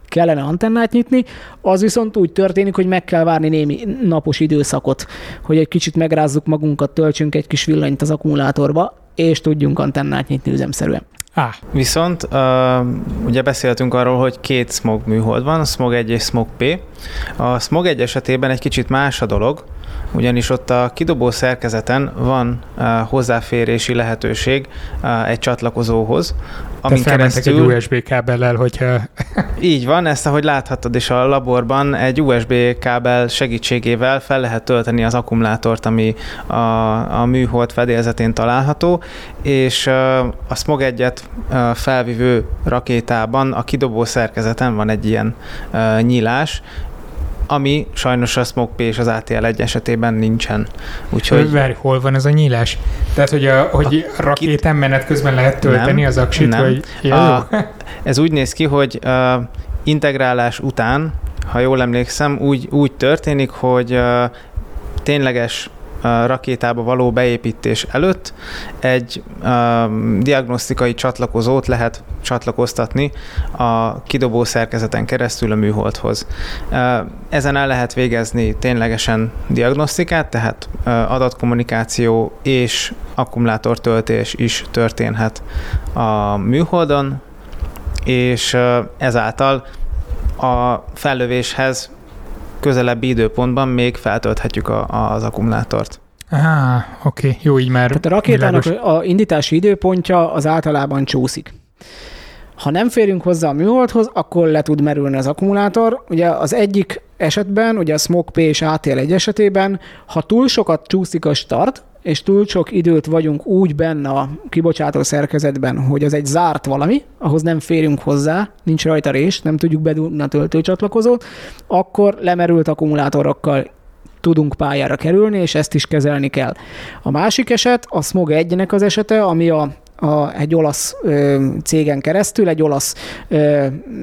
kellene antennát nyitni, az viszont úgy történik, hogy meg kell várni némi napos időszakot, hogy egy kicsit megrázzuk magunkat, töltsünk egy kis villanyt az akkumulátorba, és tudjunk antennát nyitni üzemszerűen. Ah. Viszont uh, ugye beszéltünk arról, hogy két smog műhold van, smog egy és smog P. A smog egy esetében egy kicsit más a dolog, ugyanis ott a kidobó szerkezeten van uh, hozzáférési lehetőség uh, egy csatlakozóhoz, amin keresztül... egy u es bé kábellel, hogyha... Így van, ezt ahogy láthattad is a laborban, egy u es bé kábel segítségével fel lehet tölteni az akkumulátort, ami a, a műhold fedélzetén található, és uh, a smog egyet uh, felvívő rakétában a kidobó szerkezeten van egy ilyen uh, nyílás, ami sajnos a smog P és az á té el egy esetében nincsen. Úgyhogy... Várj, hol van ez a nyílás? Tehát, hogy a, hogy a rakétán menet közben lehet tölteni nem, az aksit? Nem. Vagy... Ja, a, ez úgy néz ki, hogy uh, integrálás után, ha jól emlékszem, úgy, úgy történik, hogy uh, tényleges rakétába való beépítés előtt egy uh, diagnosztikai csatlakozót lehet csatlakoztatni a kidobó szerkezeten keresztül a műholdhoz. Uh, ezen el lehet végezni ténylegesen diagnosztikát, tehát uh, adatkommunikáció és akkumulátortöltés is történhet a műholdon, és uh, ezáltal a fellövéshez közelebbi időpontban még feltölthetjük a, az akkumulátort. Ah, oké, okay. Jó, így már Tehát a rakétának világos. A indítási időpontja az általában csúszik. Ha nem férünk hozzá a műholdhoz, akkor le tud merülni az akkumulátor. Ugye az egyik esetben, ugye a smog P és á té el egy esetében, ha túl sokat csúszik a start, és túl sok időt vagyunk úgy benne a kibocsátó szerkezetben, hogy az egy zárt valami, ahhoz nem férünk hozzá, nincs rajta rés, nem tudjuk bedugni a töltőcsatlakozót, akkor lemerült akkumulátorokkal tudunk pályára kerülni, és ezt is kezelni kell. A másik eset, a smog egynek az esete, ami a A, egy olasz ö, cégen keresztül, egy olasz ö,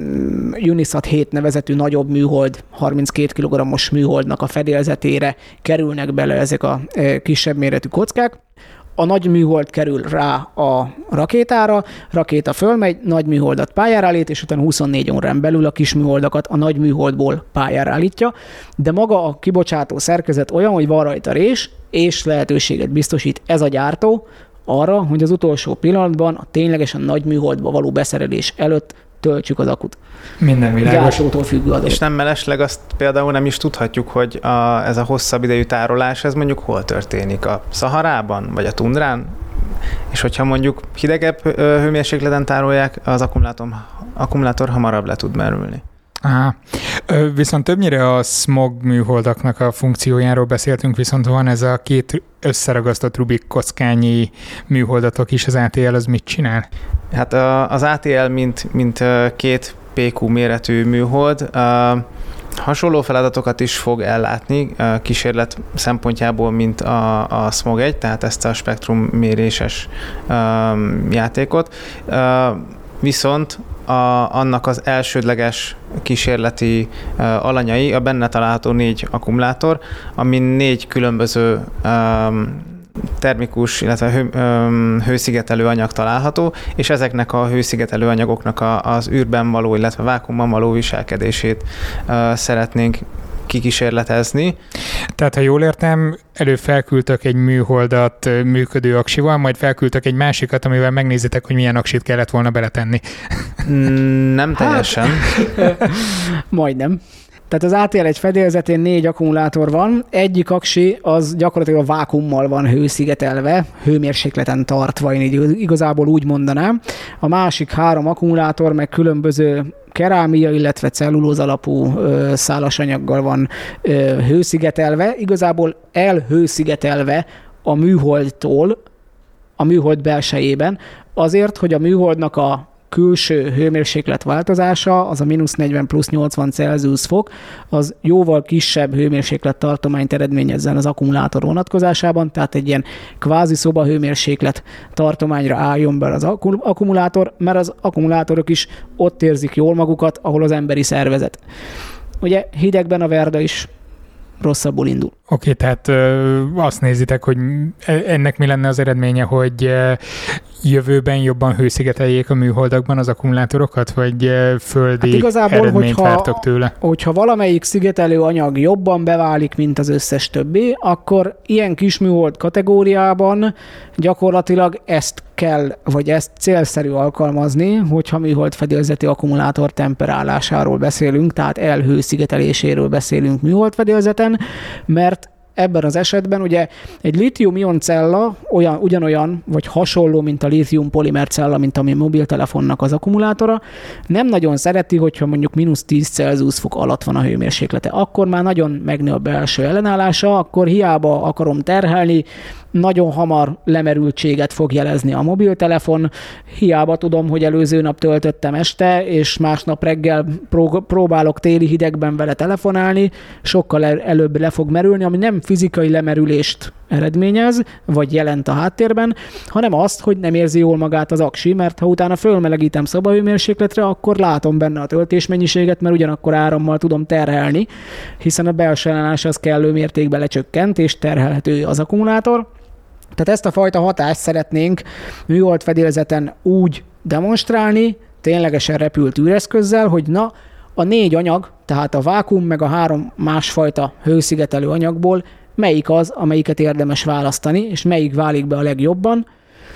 Unisat hét nevezetű nagyobb műhold, harminckét kilogrammos műholdnak a fedélzetére kerülnek bele ezek a ö, kisebb méretű kockák. A nagy műhold kerül rá a rakétára, rakéta fölmegy, nagy műholdat pályára állít, és utána huszonnégy órán belül a kis műholdakat a nagy műholdból pályára állítja, de maga a kibocsátó szerkezet olyan, hogy van rajta rés, és lehetőséget biztosít ez a gyártó arra, hogy az utolsó pillanatban a ténylegesen nagy műholdba való beszerelés előtt töltsük az akut. Minden világos. Gyártótól függő a dolog. És nem mellesleg azt például nem is tudhatjuk, hogy a, ez a hosszabb idejű tárolás, ez mondjuk hol történik? A Szaharában, vagy a tundrán? És hogyha mondjuk hidegebb hőmérsékleten tárolják, az akkumulátor, akkumulátor hamarabb le tud merülni. Aha. Viszont többnyire a smog műholdaknak a funkciójáról beszéltünk, viszont van ez a két összeragasztott Rubik kockányi műholdatok is, az á té el az mit csinál? Hát az á té el mint, mint két pé kú méretű műhold hasonló feladatokat is fog ellátni kísérlet szempontjából, mint a, a smog egy, tehát ezt a spektrum méréses játékot. Viszont A, annak az elsődleges kísérleti uh, alanyai a benne található négy akkumulátor, amin négy különböző um, termikus, illetve hő, um, hőszigetelő anyag található, és ezeknek a hőszigetelő anyagoknak a, az űrben való, illetve vákuumban való viselkedését uh, szeretnénk kikísérletezni. Tehát, ha jól értem, előbb felküldtök egy műholdat működő aksival, majd felküldtök egy másikat, amivel megnézitek, hogy milyen aksit kellett volna beletenni. Nem teljesen. Hát, majdnem. Tehát az á té el egy fedélzetén négy akkumulátor van, egyik aksi az gyakorlatilag a vákuummal van hőszigetelve, hőmérsékleten tartva, én így igazából úgy mondanám. A másik három akkumulátor meg különböző kerámia, illetve cellulóz alapú ö, szálas anyaggal van ö, hőszigetelve, igazából elhőszigetelve a műholdtól, a műhold belsejében, azért, hogy a műholdnak a külső hőmérséklet változása, az a mínusz negyven plusz nyolcvan Celsius fok, az jóval kisebb hőmérséklet tartományt eredményezzen az akkumulátor vonatkozásában, tehát egy ilyen kvázi szobahőmérséklet tartományra álljon be az akkumulátor, mert az akkumulátorok is ott érzik jól magukat, ahol az emberi szervezet. Ugye hidegben a verda is rosszabbul indul. Oké, tehát ö, azt nézitek, hogy ennek mi lenne az eredménye, hogy ö, jövőben jobban hőszigeteljék a műholdakban az akkumulátorokat, vagy ö, földi hát eredményt hogyha, vártok tőle? Hogyha valamelyik szigetelő anyag jobban beválik, mint az összes többi, akkor ilyen kis műhold kategóriában gyakorlatilag ezt kell, vagy ezt célszerű alkalmazni, hogyha műhold fedélzeti akkumulátor temperálásáról beszélünk, tehát elhőszigeteléséről beszélünk műhold fedélzeten, mert ebben az esetben ugye egy lítium-ion cella olyan, ugyanolyan, vagy hasonló, mint a lítium polimer cella, mint ami a mobiltelefonnak az akkumulátora, nem nagyon szereti, hogyha mondjuk mínusz tíz Celsius fok alatt van a hőmérséklete. Akkor már nagyon megnő a belső ellenállása, akkor hiába akarom terhelni, nagyon hamar lemerültséget fog jelezni a mobiltelefon, hiába tudom, hogy előző nap töltöttem este, és másnap reggel próbálok téli hidegben vele telefonálni, sokkal előbb le fog merülni, ami nem fizikai lemerülést eredményez, vagy jelent a háttérben, hanem azt, hogy nem érzi jól magát az aksi, mert ha utána fölmelegítem szobahőmérsékletre, akkor látom benne a töltésmennyiséget, mert ugyanakkor árammal tudom terhelni, hiszen a belső ellenállás az kellő mértékben lecsökkent, és terhelhető az akkumulátor. Tehát ezt a fajta hatást szeretnénk műhold fedélzeten úgy demonstrálni, ténylegesen repült űreszközzel, hogy na, a négy anyag, tehát a vákuum meg a három másfajta hőszigetelő anyagból melyik az, amelyiket érdemes választani, és melyik válik be a legjobban.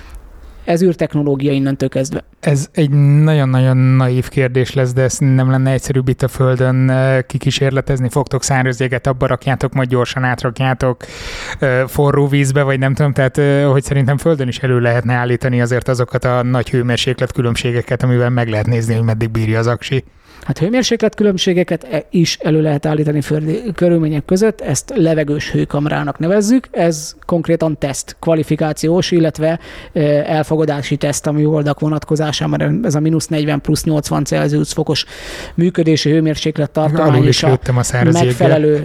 Ez űrtechnológia innentől kezdve. Ez egy nagyon-nagyon naív kérdés lesz, de ez nem lenne egyszerűbb itt a Földön kikísérletezni? Fogtok szárazjeget, abba rakjátok, majd gyorsan átrakjátok forró vízbe, vagy nem tudom, tehát hogy szerintem Földön is elő lehetne állítani azért azokat a nagy hőmérséklet különbségeket, amivel meg lehet nézni, hogy meddig bírja az aksi. Hát hőmérséklet különbségeket is elő lehet állítani földi körülmények között, ezt levegős hőkamrának nevezzük, ez konkrétan teszt, kvalifikációs, illetve elfogadási teszt a műholdak vonatkozásában, ez a mínusz negyven plusz nyolcvan Celsius fokos működési hőmérséklet tartomány és a, a megfelelő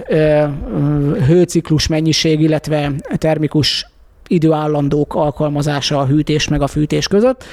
hőciklus mennyiség, illetve termikus időállandók alkalmazása a hűtés meg a fűtés között.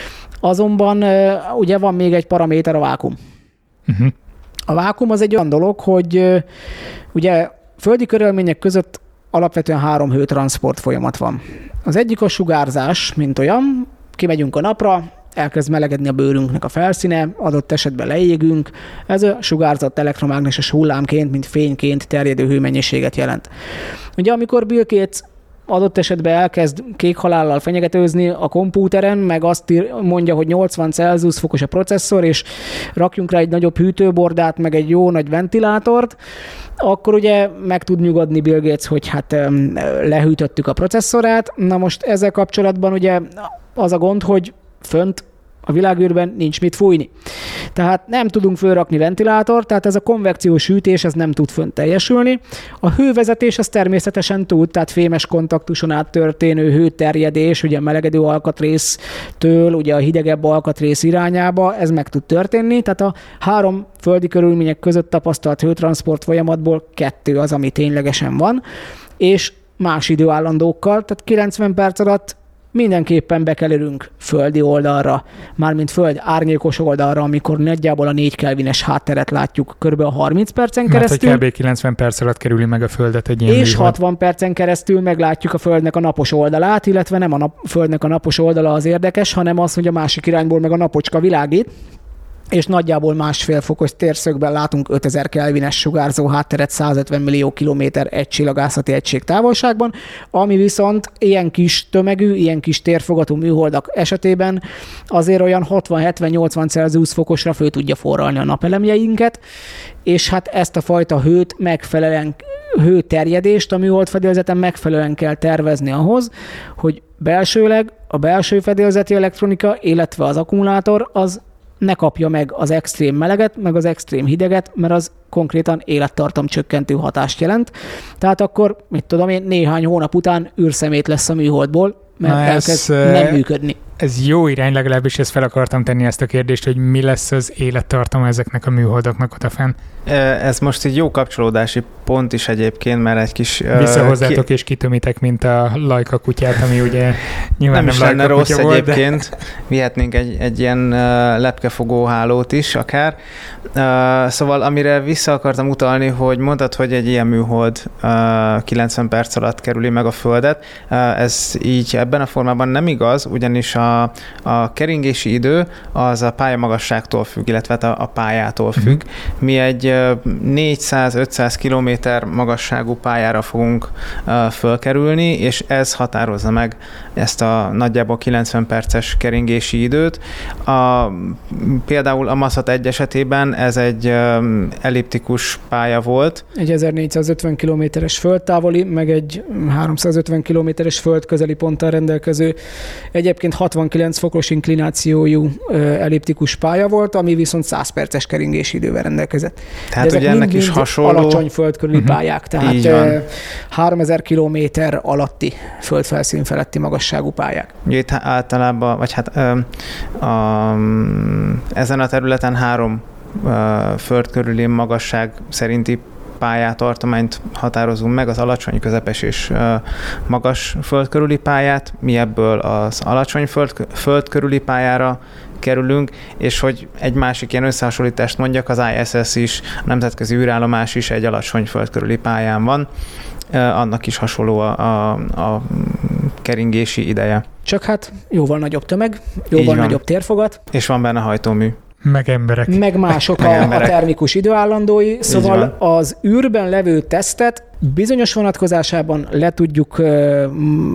Azonban ugye van még egy paraméter, a vákuum. Uh-huh. A vákuum az egy olyan dolog, hogy ugye földi körülmények között alapvetően három hőtranszport folyamat van. Az egyik a sugárzás, mint olyan, kimegyünk a napra, elkezd melegedni a bőrünknek a felszíne, adott esetben leégünk, ez a sugárzott elektromágneses hullámként, mint fényként terjedő hőmennyiséget jelent. Ugye amikor Bill Gates adott esetben elkezd kék halállal fenyegetőzni a kompúteren, meg azt mondja, hogy nyolcvan Celsius fokos a processzor, és rakjunk rá egy nagyobb hűtőbordát, meg egy jó nagy ventilátort, akkor ugye meg tud nyugodni Bill Gates, hogy hát lehűtöttük a processzorát. Na most ezzel kapcsolatban ugye az a gond, hogy fönt a világűrben nincs mit fújni. Tehát nem tudunk fölrakni ventilátort, tehát ez a konvekciós hűtés, ez nem tud fönt teljesülni. A hővezetés az természetesen tud, tehát fémes kontaktuson át történő hőterjedés, ugye a melegedő alkatrésztől, ugye a hidegebb alkatrész irányába, ez meg tud történni, tehát a három földi körülmények között tapasztalt hőtranszport folyamatból kettő az, ami ténylegesen van, és más időállandókkal, tehát kilencven perc alatt mindenképpen bekelérünk földi oldalra, mármint föld árnyékos oldalra, amikor nagyjából a négy kelvines hátteret látjuk kb. harminc percen keresztül. Mert hogy kb. kilencven perc alatt kerüli meg a földet egy ilyen És műhold. hatvan percen keresztül meglátjuk a földnek a napos oldalát, illetve nem a nap, földnek a napos oldala az érdekes, hanem az, hogy a másik irányból meg a napocska világít, és nagyjából másfél fokos térszögben látunk ötezer kelvines sugárzó hátteret százötven millió kilométer egy csillagászati egység távolságban, ami viszont ilyen kis tömegű, ilyen kis térfogatú műholdak esetében azért olyan hatvan-hetven-nyolcvan Celsius fokosra föl tudja forralni a napelemjeinket, és hát ezt a fajta hőt megfelelően, hőterjedést a műhold fedélzeten megfelelően kell tervezni ahhoz, hogy belsőleg a belső fedélzeti elektronika, illetve az akkumulátor az ne kapja meg az extrém meleget, meg az extrém hideget, mert az konkrétan élettartam csökkentő hatást jelent. Tehát akkor, mit tudom én, néhány hónap után űrszemét lesz a műholdból, mert Na elkezd ez, nem működni. ez jó irány, legalábbis ezt fel akartam tenni ezt a kérdést, hogy mi lesz az élettartama ezeknek a műholdaknak odafenn. Ez most egy jó kapcsolódási pont is egyébként, mert egy kis... Visszahozzátok ki... és kitömitek, mint a Laika kutyát, ami ugye nyilván nem, nem Laika kutya volt, egyébként. De... Vihetnénk egy, egy ilyen lepkefogó hálót is akár. Szóval amire vissza akartam utalni, hogy mondtad, hogy egy ilyen műhold kilencven perc alatt kerüli meg a Földet. Ez így ebben a formában nem igaz, ugyanis a, a keringési idő az a pályamagasságtól függ, illetve a, a pályától függ. Mm-hmm. Mi egy négyszáz-ötszáz kilométer magasságú pályára fogunk uh, fölkerülni, és ez határozza meg ezt a nagyjából kilencven perces keringési időt. A, például a Maszat egy esetében ez egy um, elliptikus pálya volt. Egy ezernégyszázötven kilométeres földtávoli, meg egy háromszázötven kilométeres földközeli ponttal rendelkező, egyébként hatvankilenc fokos inklinációjú uh, elliptikus pálya volt, ami viszont száz perces keringési idővel rendelkezett. Tehát ugye ennek is hasonló... alacsony földkörüli uh-huh. pályák, tehát háromezer kilométer alatti földfelszín feletti magasságú pályák. Ugye itt általában, vagy hát ö, a, ezen a területen három ö, földkörüli magasság szerinti pályatartományt határozunk meg, az alacsony, közepes és ö, magas földkörüli pályát. Mi ebből az alacsony föld, földkörüli pályára kerülünk, és hogy egy másik ilyen összehasonlítást mondjak, az I S S is, a nemzetközi űrállomás is egy alacsony földkörüli pályán van, annak is hasonló a, a, a keringési ideje. Csak hát jóval nagyobb tömeg, jóval nagyobb térfogat. És van benne hajtómű. Meg emberek. Meg mások meg a, emberek. a termikus időállandói, szóval az űrben levő tesztet bizonyos vonatkozásában le tudjuk uh,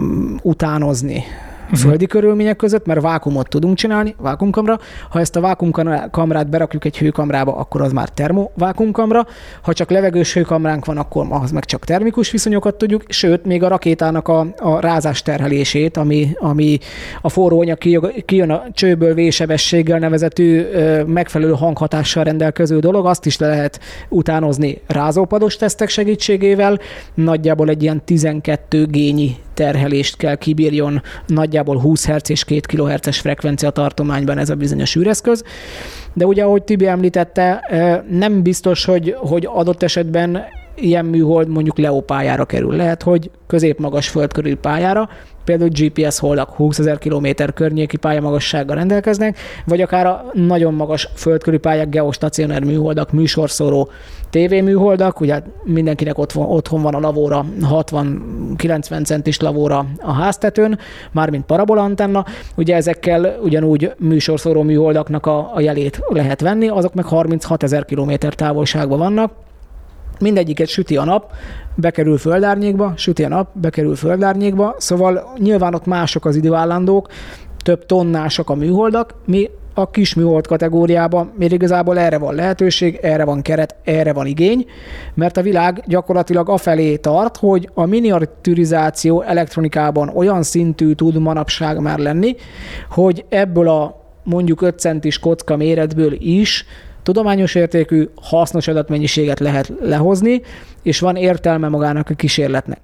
utánozni földi körülmények között, mert vákumot tudunk csinálni, vákumkamra. Ha ezt a vákumkamrát berakjuk egy hőkamrába, akkor az már termovákumkamra. Ha csak levegős hőkamránk van, akkor az meg csak termikus viszonyokat tudjuk, sőt, még a rakétának a, a rázás terhelését, ami, ami a forró anyag kijön a csőből vésebességgel nevezetű megfelelő hanghatással rendelkező dolog, azt is le lehet utánozni rázópados tesztek segítségével. Nagyjából egy ilyen tizenkét gényi terhelést kell kibírjon nagyjából húsz hertz és két kilohertzes frekvencia tartományban ez a bizonyos űreszköz. De ugye, ahogy Tibi említette, nem biztos, hogy, hogy adott esetben ilyen műhold mondjuk Leo pályára kerül. Lehet, hogy középmagas földkörüli pályára, például gé pé es holdak húszezer kilométer környéki pályamagassággal rendelkeznek, vagy akár a nagyon magas földkörüli pályák, geostacionár műholdak, műsorszóró tévéműholdak, ugye mindenkinek otthon, otthon van a lavóra, hatvan-kilencven centis lavóra a háztetőn, mármint parabola antenna, ugye ezekkel ugyanúgy műsorszóró műholdaknak a, a jelét lehet venni, azok meg harminchatezer kilométer távolságban vannak. Mindegyiket süti a nap, bekerül földárnyékba, süti a nap, bekerül földárnyékba, szóval nyilván ott mások az időállandók, több tonnások a műholdak, mi a kis műhold kategóriában, még igazából erre van lehetőség, erre van keret, erre van igény, mert a világ gyakorlatilag afelé tart, hogy a miniaturizáció elektronikában olyan szintű tud manapság már lenni, hogy ebből a mondjuk öt centis kocka méretből is tudományos értékű, hasznos adatmennyiséget lehet lehozni, és van értelme magának a kísérletnek.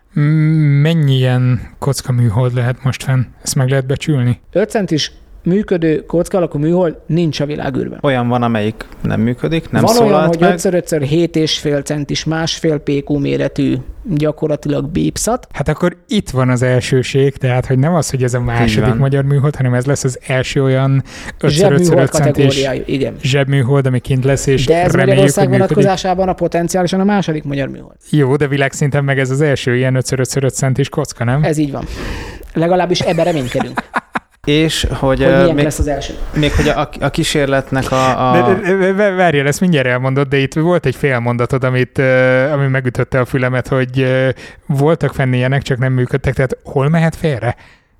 Mennyi ilyen kocka műhold lehet most fenn? Ezt meg lehet becsülni? öt centis működő kocka alakú műhold nincs a világűrben. Olyan van, amelyik nem működik, nem van szólalt olyan, hogy meg. öt öt hét és fél centis, másfél pé kú méretű gyakorlatilag bípszat. Hát akkor itt van az elsőség, tehát hogy nem az, hogy ez a második magyar műhold, hanem ez lesz az első olyan öt öt centis zsebműhold, ami kint lesz, és de ez reméljük, Magyarország vonatkozásában a potenciálisan a második magyar műhold. Jó, de világszinten meg ez az első ilyen öt öt centis kocka, nem? Ez így van. Legalábbis ebben reménykedünk. És hogy, hogy milyen még, lesz az első. Még hogy a, a kísérletnek a... a... De, de, de, várjál, ezt mindjárt elmondod, de itt volt egy fél mondatod, amit, ami megütötte a fülemet, hogy voltak fenn ilyenek, csak nem működtek, tehát hol mehet félre?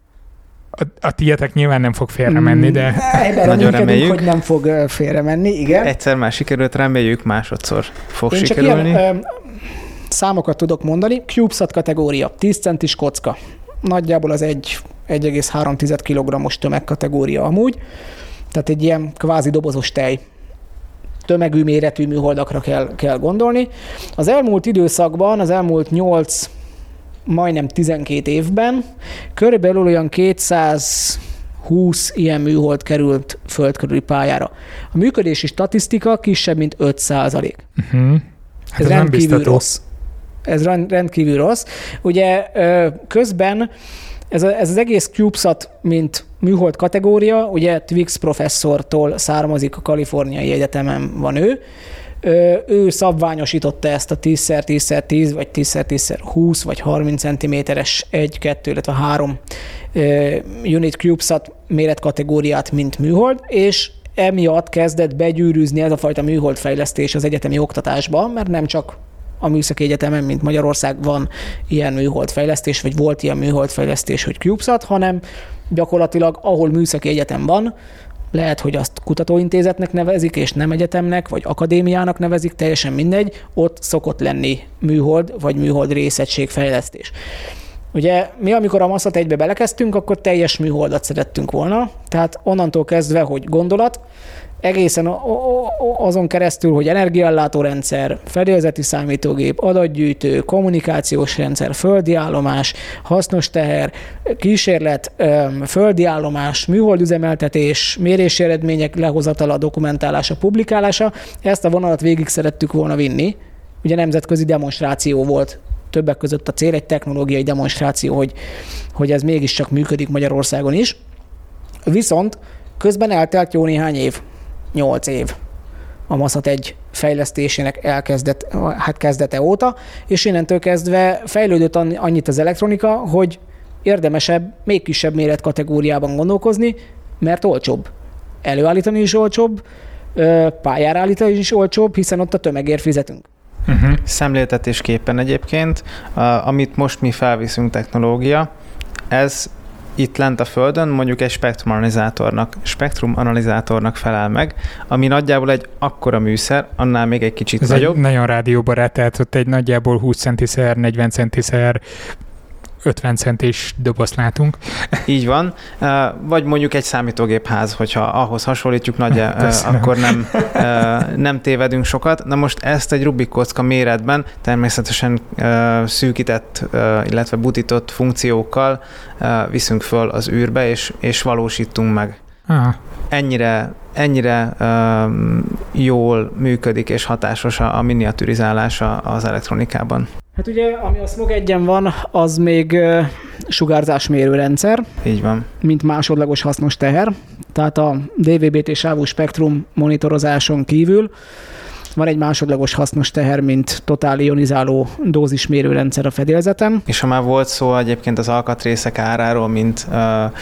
A, a tietek nyilván nem fog félre menni, de... Ebben nagyon reméljük, hogy nem fog félre menni, igen. Egyszer már sikerült, reméljük, másodszor fog Én sikerülni. Csak ilyen, ö, számokat tudok mondani. CubeSat kategória, tíz centis kocka. Nagyjából az egy egy egész három kilogrammos tömegkategória amúgy, tehát egy ilyen kvázi dobozos tej tömegű méretű műholdakra kell, kell gondolni. Az elmúlt időszakban, az elmúlt nyolc, majdnem tizenkét évben körülbelül olyan kétszázhúsz húsz ilyen műhold került földkörüli pályára. A működési statisztika kisebb, mint öt százalék. Uh-huh. Hát ez, ez rendkívül rossz. Ez rendkívül rossz. Ugye közben ez, a, ez az egész CubeSat, mint műhold kategória, ugye Twix professzortól származik, a Kaliforniai Egyetemen van ő. Ő szabványosította ezt a tíz tíz tíz vagy tíz tíz húsz vagy harminc centiméteres egy, kettő, illetve három unit CubeSat méretkategóriát, mint műhold, és emiatt kezdett begyűrűzni ez a fajta műholdfejlesztés az egyetemi oktatásba, mert nem csak a Műszaki Egyetemen, mint Magyarország van ilyen műholdfejlesztés, vagy volt ilyen műholdfejlesztés, hogy CubeSat, hanem gyakorlatilag ahol műszaki egyetem van, lehet, hogy azt kutatóintézetnek nevezik, és nem egyetemnek, vagy akadémiának nevezik, teljesen mindegy, ott szokott lenni műhold, vagy műhold részegységfejlesztés. Ugye mi, amikor a Maszat egybe belekezdtünk, akkor teljes műholdat szerettünk volna, tehát onnantól kezdve, hogy gondolat, egészen azon keresztül, hogy energiaellátórendszer, fedélzeti számítógép, adatgyűjtő, kommunikációs rendszer, földi állomás, hasznos teher, kísérlet, földi állomás, műholdüzemeltetés, mérési eredmények lehozatala, dokumentálása, publikálása, ezt a vonalat végig szerettük volna vinni. Ugye nemzetközi demonstráció volt többek között a cél, egy technológiai demonstráció, hogy, hogy ez mégiscsak működik Magyarországon is. Viszont közben eltelt jó néhány év, nyolc év a Maszat egy fejlesztésének elkezdett, hát kezdete óta, és innentől kezdve fejlődött annyit az elektronika, hogy érdemesebb, még kisebb méretkategóriában gondolkozni, mert olcsóbb. Előállítani is olcsóbb, pályára állítani is olcsóbb, hiszen ott a tömegért fizetünk. Uh-huh. Szemléltetésképpen egyébként, amit most mi felviszünk technológia, ez itt lent a Földön mondjuk egy spektrumanalizátornak, spektrumanalizátornak felel meg, ami nagyjából egy akkora műszer, annál még egy kicsit ez nagyobb. Ez egy nagyon rádióbarát, tehát ott egy nagyjából húsz centiszer, negyven centiszer, ötven centis dobozt látunk. Így van. Vagy mondjuk egy számítógépház, hogyha ahhoz hasonlítjuk nagyjából, akkor nem, nem tévedünk sokat. Na most ezt egy Rubik kocka méretben természetesen szűkített, illetve butított funkciókkal viszünk föl az űrbe, és, és valósítunk meg. Aha. Ennyire, ennyire um, jól működik és hatásos a, a miniaturizálása az elektronikában. Hát ugye, ami a Smog egyen van, az még uh, sugárzásmérő rendszer. Így van. Mint másodlagos hasznos teher. Tehát a dé vé bé té sávú spektrum monitorozáson kívül van egy másodlagos hasznos teher, mint totál ionizáló dózismérő rendszer a fedélzeten. És ha már volt szó egyébként az alkatrészek áráról, mint uh,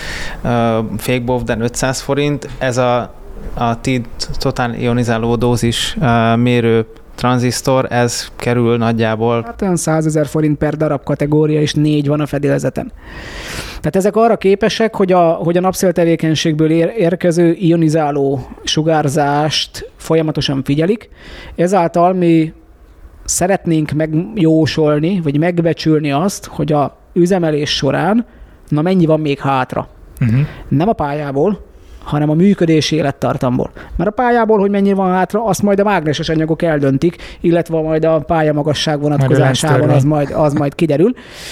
uh, Fake Bovden ötszáz forint, ez a, a té i dé totál ionizáló dózis uh, mérő tranzisztor, ez kerül nagyjából... Hát olyan százezer forint per darab kategória, és négy van a fedélzeten. Tehát ezek arra képesek, hogy a, hogy a napszéltevékenységből ér, érkező ionizáló sugárzást folyamatosan figyelik. Ezáltal mi szeretnénk megjósolni, vagy megbecsülni azt, hogy a üzemelés során na mennyi van még hátra. Uh-huh. Nem a pályából, hanem a működési élettartamból. Mert a pályából, hogy mennyi van hátra, azt majd a mágneses anyagok eldöntik, illetve majd a pályamagasság vonatkozásában az majd, az majd kiderül.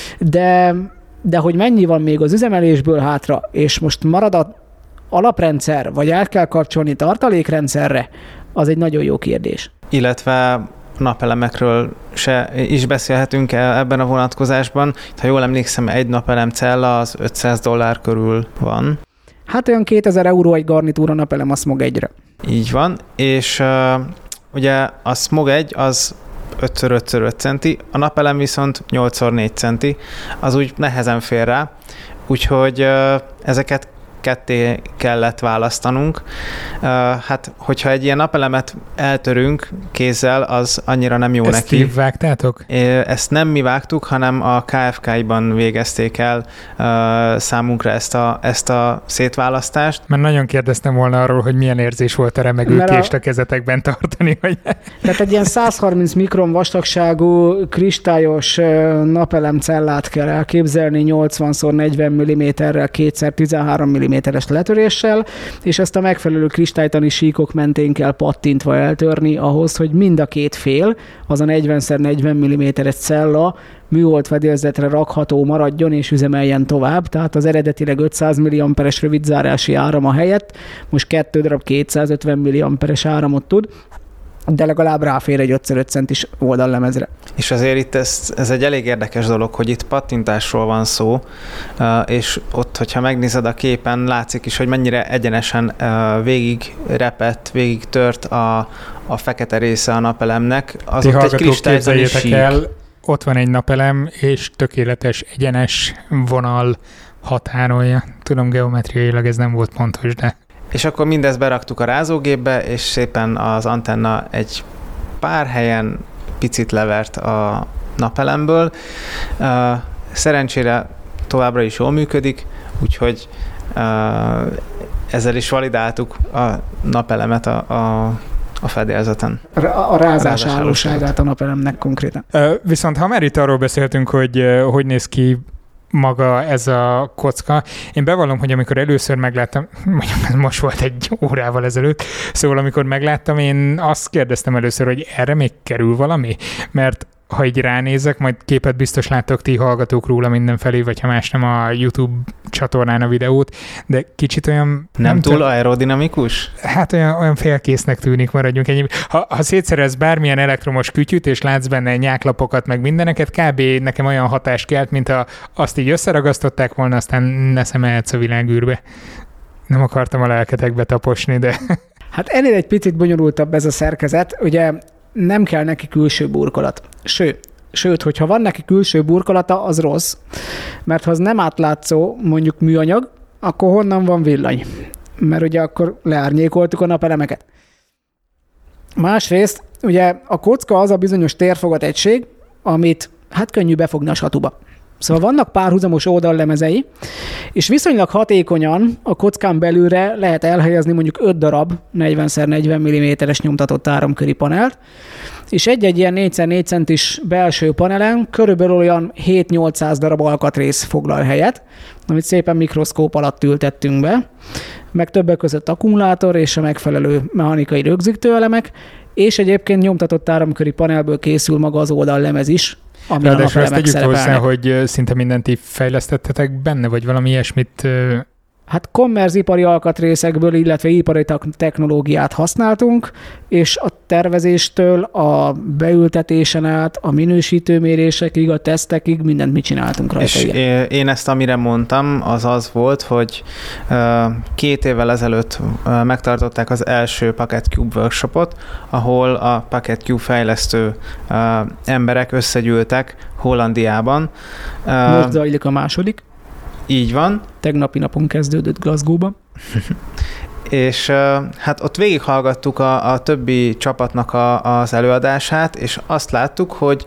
De, de hogy mennyi van még az üzemelésből hátra, és most marad a alaprendszer, vagy át kell kapcsolni tartalékrendszerre, az egy nagyon jó kérdés. Illetve napelemekről se is beszélhetünk ebben a vonatkozásban. Ha jól emlékszem, egy napelem cella az ötszáz dollár körül van. Hát olyan kétezer euró egy garnitúra napelem a Smog egyre. Így van, és uh, ugye a Smog egy az öt szor öt szor öt centi, a napelem viszont nyolc szor négy centi, az úgy nehezen fér rá, úgyhogy uh, ezeket ketté kellett választanunk. Uh, hát, hogyha egy ilyen napelemet eltörünk kézzel, az annyira nem jó ezt neki. Ezt ti vágtátok? Ezt nem mi vágtuk, hanem a ká ef ká-ban végezték el uh, számunkra ezt a, ezt a szétválasztást. Mert nagyon kérdeztem volna arról, hogy milyen érzés volt a remegő kést a kezetekben tartani. Hogy... Tehát egy ilyen száz harminc mikron vastagságú kristályos napelemcellát kell elképzelni, nyolcvan szor negyven milliméterrel, kétszer tizenhárom milliméter milliméteres letöréssel, és ezt a megfelelő kristálytani síkok mentén kell pattintva eltörni ahhoz, hogy mind a két fél, az a negyven szer negyven milliméteres cella műhold fedélzetre rakható maradjon és üzemeljen tovább, tehát az eredetileg ötszáz milliamperes rövidzárási árama helyett most kettő darab kétszázötven milliamperes áramot tud, de legalább ráfér egy öt szer öt centis oldallemezre. És azért itt ez, ez egy elég érdekes dolog, hogy itt pattintásról van szó, és ott, hogyha megnézed a képen, látszik is, hogy mennyire egyenesen végig repett, végig tört a, a fekete része a napelemnek. Az Ti ott egy kristálytani sík. El, ott van egy napelem, és tökéletes, egyenes vonal határolja. Tudom, geometriailag ez nem volt pontos, de... És akkor mindezt beraktuk a rázógépbe, és szépen az antenna egy pár helyen picit levert a napelemből. Szerencsére továbbra is jól működik, úgyhogy ezzel is validáltuk a napelemet a, a, a fedélzeten. A, a rázás állóságát a napelemnek konkrétan. Viszont ha már itt arról beszéltünk, hogy hogy néz ki maga ez a kocka. Én bevallom, hogy amikor először megláttam, mondjuk most volt egy órával ezelőtt, szóval amikor megláttam, én azt kérdeztem először, hogy erre még kerül valami? Mert ha így ránézek, majd képet biztos láttok ti hallgatók róla mindenfelé, vagy ha más nem a YouTube csatornán a videót, de kicsit olyan... Nem, nem túl t- aerodinamikus? Hát olyan, olyan félkésznek tűnik, maradjunk ennyi. Ha, ha szétszerez bármilyen elektromos kütyüt, és látsz benne nyáklapokat, meg mindeneket, kb. Nekem olyan hatást kelt, mint ha azt így összeragasztották volna, aztán ne szemelhetsz a világűrbe. Nem akartam a lelketekbe taposni, de... Hát ennél egy picit bonyolultabb ez a szerkezet. Ugye nem kell neki külső burkolat. Sőt, sőt, hogyha van neki külső burkolata, az rossz, mert ha az nem átlátszó, mondjuk műanyag, akkor honnan van villany? Mert ugye akkor leárnyékoltuk a napelemeket. Másrészt, ugye a kocka az a bizonyos térfogat egység, amit hát könnyű befogni a satuba. Szóval vannak párhuzamos oldallemezei, és viszonylag hatékonyan a kockán belülre lehet elhelyezni mondjuk öt darab negyven szer negyven milliméteres nyomtatott áramköri panelt, és egy-egy ilyen négy szer négy centis belső panelen körülbelül olyan hét-nyolcszáz darab alkatrész foglal helyet, amit szépen mikroszkóp alatt ültettünk be, meg többek között akkumulátor és a megfelelő mechanikai rögzítőelemek, és egyébként nyomtatott áramköri panelből készül maga az oldallemez is, ami a napelemek szerepelnek. Hozzá, hogy szinte mindent így fejlesztettetek benne, vagy valami ilyesmit... Hát kommerzipari alkatrészekből, illetve ipari technológiát használtunk, és a tervezéstől a beültetésen át, a minősítőmérésekig, a tesztekig mindent mi csináltunk rajta. És igen. Én ezt, amire mondtam, az az volt, hogy két évvel ezelőtt megtartották az első Packet Cube workshopot, ahol a Packet Cube fejlesztő emberek összegyűltek Hollandiában. Most zajlik a második. Így van. Tegnapi napon kezdődött Glasgow-ban. És hát ott végighallgattuk a, a többi csapatnak a, az előadását, és azt láttuk, hogy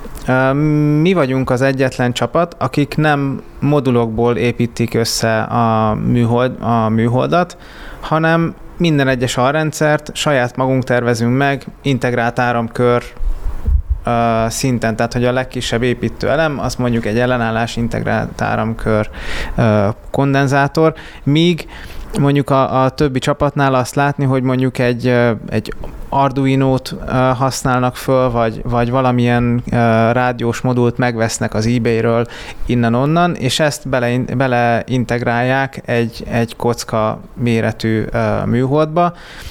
mi vagyunk az egyetlen csapat, akik nem modulokból építik össze a, műhold, a műholdat, hanem minden egyes alrendszert saját magunk tervezünk meg, integrált áramkör Uh, szinten, tehát hogy a legkisebb építő elem, az mondjuk egy ellenállás, integrált áramkör, uh, kondenzátor, míg mondjuk a, a többi csapatnál azt látni, hogy mondjuk egy, egy Arduino-t uh, használnak föl, vagy, vagy valamilyen uh, rádiós modult megvesznek az eBay-ről innen-onnan, és ezt bele, beleintegrálják egy, egy kocka méretű uh, műholdba.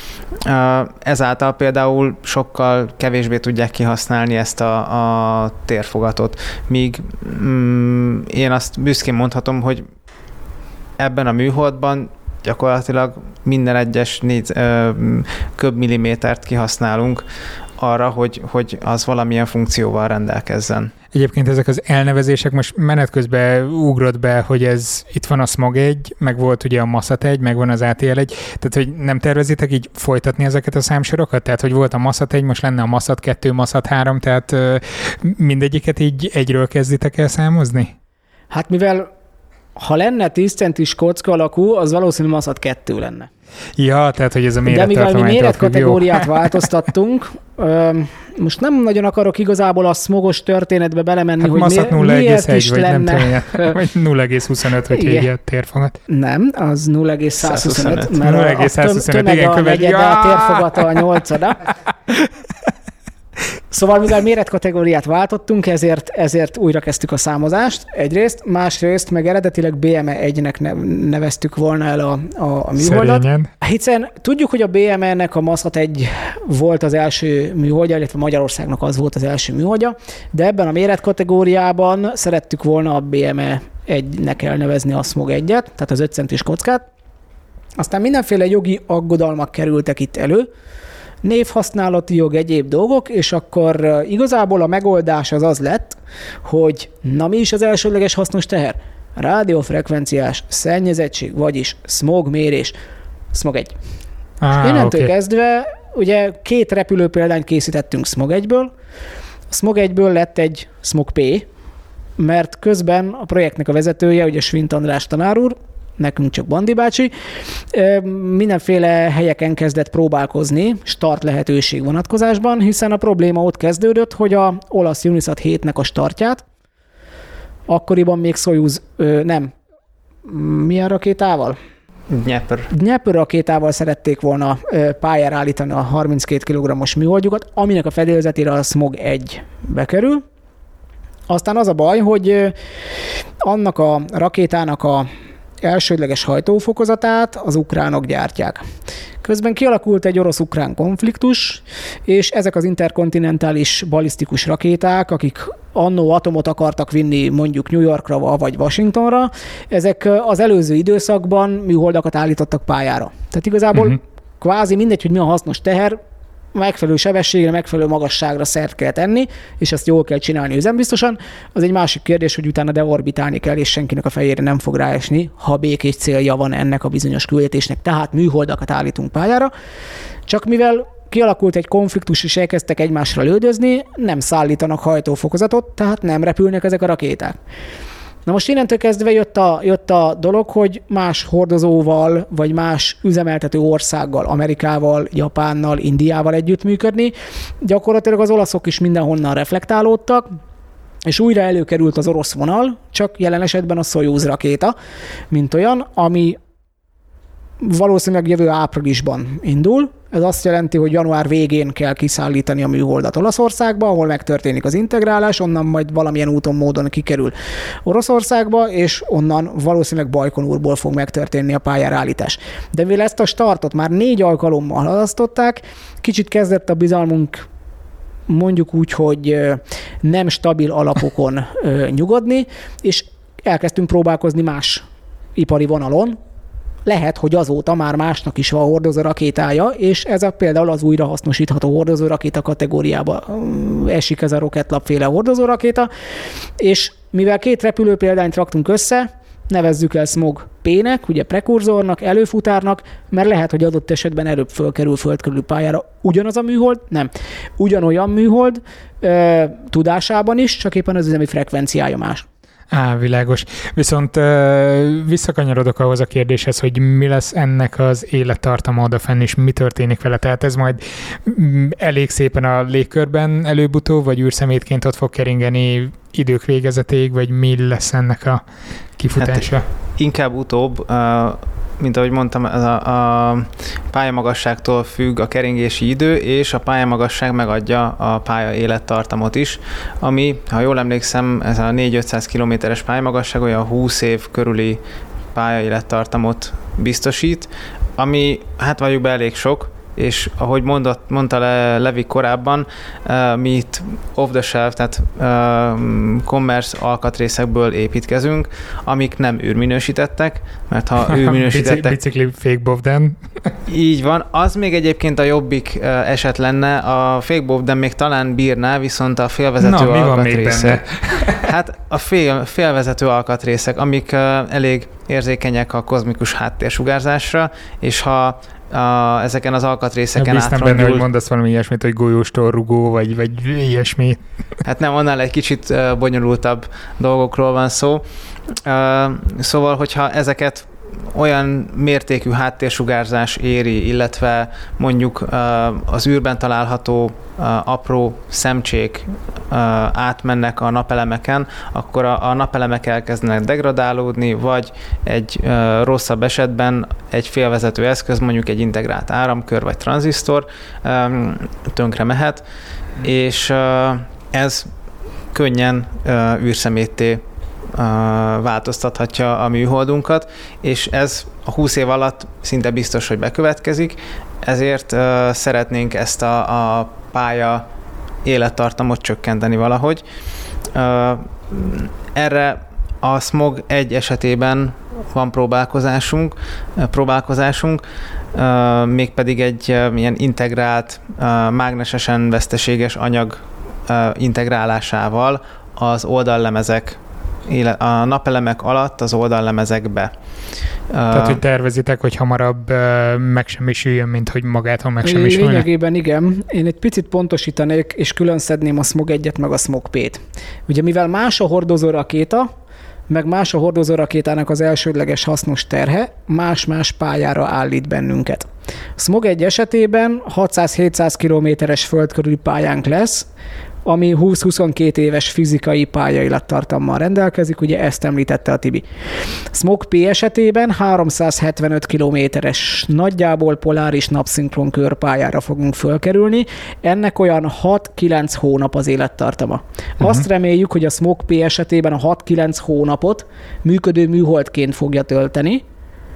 Ezáltal például sokkal kevésbé tudják kihasználni ezt a, a térfogatot, míg mm, én azt büszkén mondhatom, hogy ebben a műholdban gyakorlatilag minden egyes négy ö, köbmillimétert kihasználunk arra, hogy, hogy az valamilyen funkcióval rendelkezzen. Egyébként ezek az elnevezések most menet közben ugrott be, hogy ez itt van a Smog egy, meg volt ugye a Massat egy, meg van az á té el egy, tehát hogy nem tervezitek így folytatni ezeket a számsorokat? Tehát, hogy volt a Massat egy, most lenne a Massat kettő, Massat három, tehát ö, mindegyiket így egyről kezditek el számozni? Hát mivel ha lenne tíz centis kocka alakú, az valószínűleg Massat kettő lenne. Ja, tehát, hogy ez a mérettartomány. De mivel mi méretkategóriát változtattunk, most nem nagyon akarok igazából a smogos történetbe belemenni, hát hogy maszat mi, miért is lenne. Nem vagy nulla egész huszonöt, hogy hívja a térfogat. Nem, az nulla egész százhuszonöt, mert nulla egész százhuszonöt, a, a tömeg a negyede, a térfogata a nyolcada. Szóval mivel méretkategóriát váltottunk, ezért, ezért újra kezdtük a számozást egyrészt, másrészt meg eredetileg bé em e egynek neveztük volna el a, a, a műholdat. Szerényen. Hiszen tudjuk, hogy a bé em e-nek a Maszat egy volt az első műholdja, illetve Magyarországnak az volt az első műholdja, de ebben a méretkategóriában szerettük volna a bé em e egynek elnevezni a Smog egyet, tehát az öt centis kockát. Aztán mindenféle jogi aggodalmak kerültek itt elő, névhasználati jog, egyéb dolgok, és akkor igazából a megoldás az az lett, hogy na mi is az elsődleges hasznos teher? Rádiófrekvenciás szennyezettség, vagyis smog mérés, Smog egy. Ah, innentől okay. kezdve ugye két repülő példányt készítettünk Smog egyből, a Smog egyből lett egy Smog P, mert közben a projektnek a vezetője, ugye Svint András tanár úr, nekünk csak Bandi bácsi, mindenféle helyeken kezdett próbálkozni start lehetőség vonatkozásban, hiszen a probléma ott kezdődött, hogy a olasz Unisat hétnek a startját, akkoriban még Soyuz, nem, milyen rakétával? Dnyeper. Dnyeper rakétával szerették volna pályára állítani a harminckét kilogrammos műholdjukat, aminek a fedélzetére a Smog egy bekerül. Aztán az a baj, hogy annak a rakétának a elsődleges hajtófokozatát az ukránok gyártják. Közben kialakult egy orosz-ukrán konfliktus, és ezek az interkontinentális balisztikus rakéták, akik annó atomot akartak vinni mondjuk New Yorkra vagy Washingtonra, ezek az előző időszakban műholdakat állítottak pályára. Tehát igazából uh-huh. kvázi mindegy, hogy mi a hasznos teher, megfelelő sebességre, megfelelő magasságra szert kell tenni, és ezt jól kell csinálni üzembiztosan. Az egy másik kérdés, hogy utána deorbitálni kell, és senkinek a fejére nem fog ráesni, ha békés célja van ennek a bizonyos küldetésnek, tehát műholdakat állítunk pályára. Csak mivel kialakult egy konfliktus, és elkezdtek egymásra lődözni, nem szállítanak hajtófokozatot, tehát nem repülnek ezek a rakéták. Na most innentől kezdve jött a, jött a dolog, hogy más hordozóval, vagy más üzemeltető országgal, Amerikával, Japánnal, Indiával együttműködni. Gyakorlatilag az olaszok is mindenhonnan reflektálódtak, és újra előkerült az orosz vonal, csak jelen esetben a Soyuz rakéta, mint olyan, ami valószínűleg jövő áprilisban indul. Ez azt jelenti, hogy január végén kell kiszállítani a műholdat Olaszországba, ahol megtörténik az integrálás, onnan majd valamilyen úton, módon kikerül Oroszországba, és onnan valószínűleg Bajkonurból fog megtörténni a pályára állítás. De mivel ezt a startot már négy alkalommal halasztották, kicsit kezdett a bizalmunk mondjuk úgy, hogy nem stabil alapokon nyugodni, és elkezdtünk próbálkozni más ipari vonalon. Lehet, hogy azóta már másnak is van hordozó rakétája, és ez a például az újrahasznosítható hordozó rakéta kategóriába esik ez a Rocket-lapféle hordozó rakéta, és mivel két repülő példányt raktunk össze, nevezzük el Smog P-nek, ugye prekurzornak, előfutárnak, mert lehet, hogy adott esetben előbb fölkerül földkörüli pályára ugyanaz a műhold, nem, ugyanolyan műhold ö, tudásában is, csak éppen az üzemi frekvenciája más. Á, világos. Viszont uh, visszakanyarodok ahhoz a kérdéshez, hogy mi lesz ennek az élettartama odafenn, és mi történik vele. Tehát ez majd elég szépen a légkörben előbb-utóbb, vagy űrszemétként ott fog keringeni idők végezetéig, vagy mi lesz ennek a kifutása? Hát, inkább utóbb, uh, mint ahogy mondtam, a, a pályamagasságtól függ a keringési idő, és a pályamagasság megadja a pálya élettartamot is, ami, ha jól emlékszem, ez a négy-ötszáz kilométeres pályamagasság olyan húsz év körüli pálya élettartamot biztosít, ami hát valljuk be elég sok, és ahogy mondott, mondta le Levi korábban, uh, mi itt off the shelf, tehát uh, commerce alkatrészekből építkezünk, amik nem űrminősítettek, mert ha űrminősítettek... Bicikli fake bovden. Így van, az még egyébként a jobbik uh, eset lenne, a fake bovden még talán bírná, viszont a félvezető Na, alkatrészek... Hát a fél, félvezető alkatrészek, amik uh, elég érzékenyek a kozmikus háttérsugárzásra, és ha A, ezeken az alkatrészeken átrongyul. Bíztam benne, hogy mondasz valami ilyesmit, hogy golyóstól rugó, vagy, vagy ilyesmi. Hát nem, annál egy kicsit uh, bonyolultabb dolgokról van szó. Uh, szóval, hogyha ezeket olyan mértékű háttérsugárzás éri, illetve mondjuk az űrben található apró szemcsék átmennek a napelemeken, akkor a, a napelemek elkezdenek degradálódni, vagy egy rosszabb esetben egy félvezető eszköz, mondjuk egy integrált áramkör vagy tranzisztor tönkre mehet, és ez könnyen űrszemétté változtathatja a műholdunkat, és ez a húsz év alatt szinte biztos, hogy bekövetkezik, ezért uh, szeretnénk ezt a, a pálya élettartamot csökkenteni valahogy. Uh, erre a smog egy esetében van próbálkozásunk, próbálkozásunk uh, mégpedig egy uh, ilyen integrált, uh, mágnesesen veszteséges anyag uh, integrálásával az oldallemezek a napelemek alatt az oldallemezekbe. Tehát, hogy tervezitek, hogy hamarabb uh, megsemmisüljön, mint hogy magától megsemmisülne? Lényegében igen. Én egy picit pontosítanék, és külön szedném a smog egyet, meg a smog P-t. Ugye mivel más a hordozó rakéta, meg más a hordozó rakétának az elsődleges hasznos terhe, más-más pályára állít bennünket. A smog egy esetében hatszáz-hétszáz kilométeres föld körüli pályánk lesz, ami húsz-huszonkettő éves fizikai pályaélettartammal rendelkezik, ugye ezt említette a Tibi. smog P esetében háromszázhetvenöt kilométeres nagyjából poláris napszinkron körpályára fogunk fölkerülni, ennek olyan hat-kilenc hónap az élettartama. Uh-huh. Azt reméljük, hogy a smog P esetében a hat-kilenc hónapot működő műholdként fogja tölteni,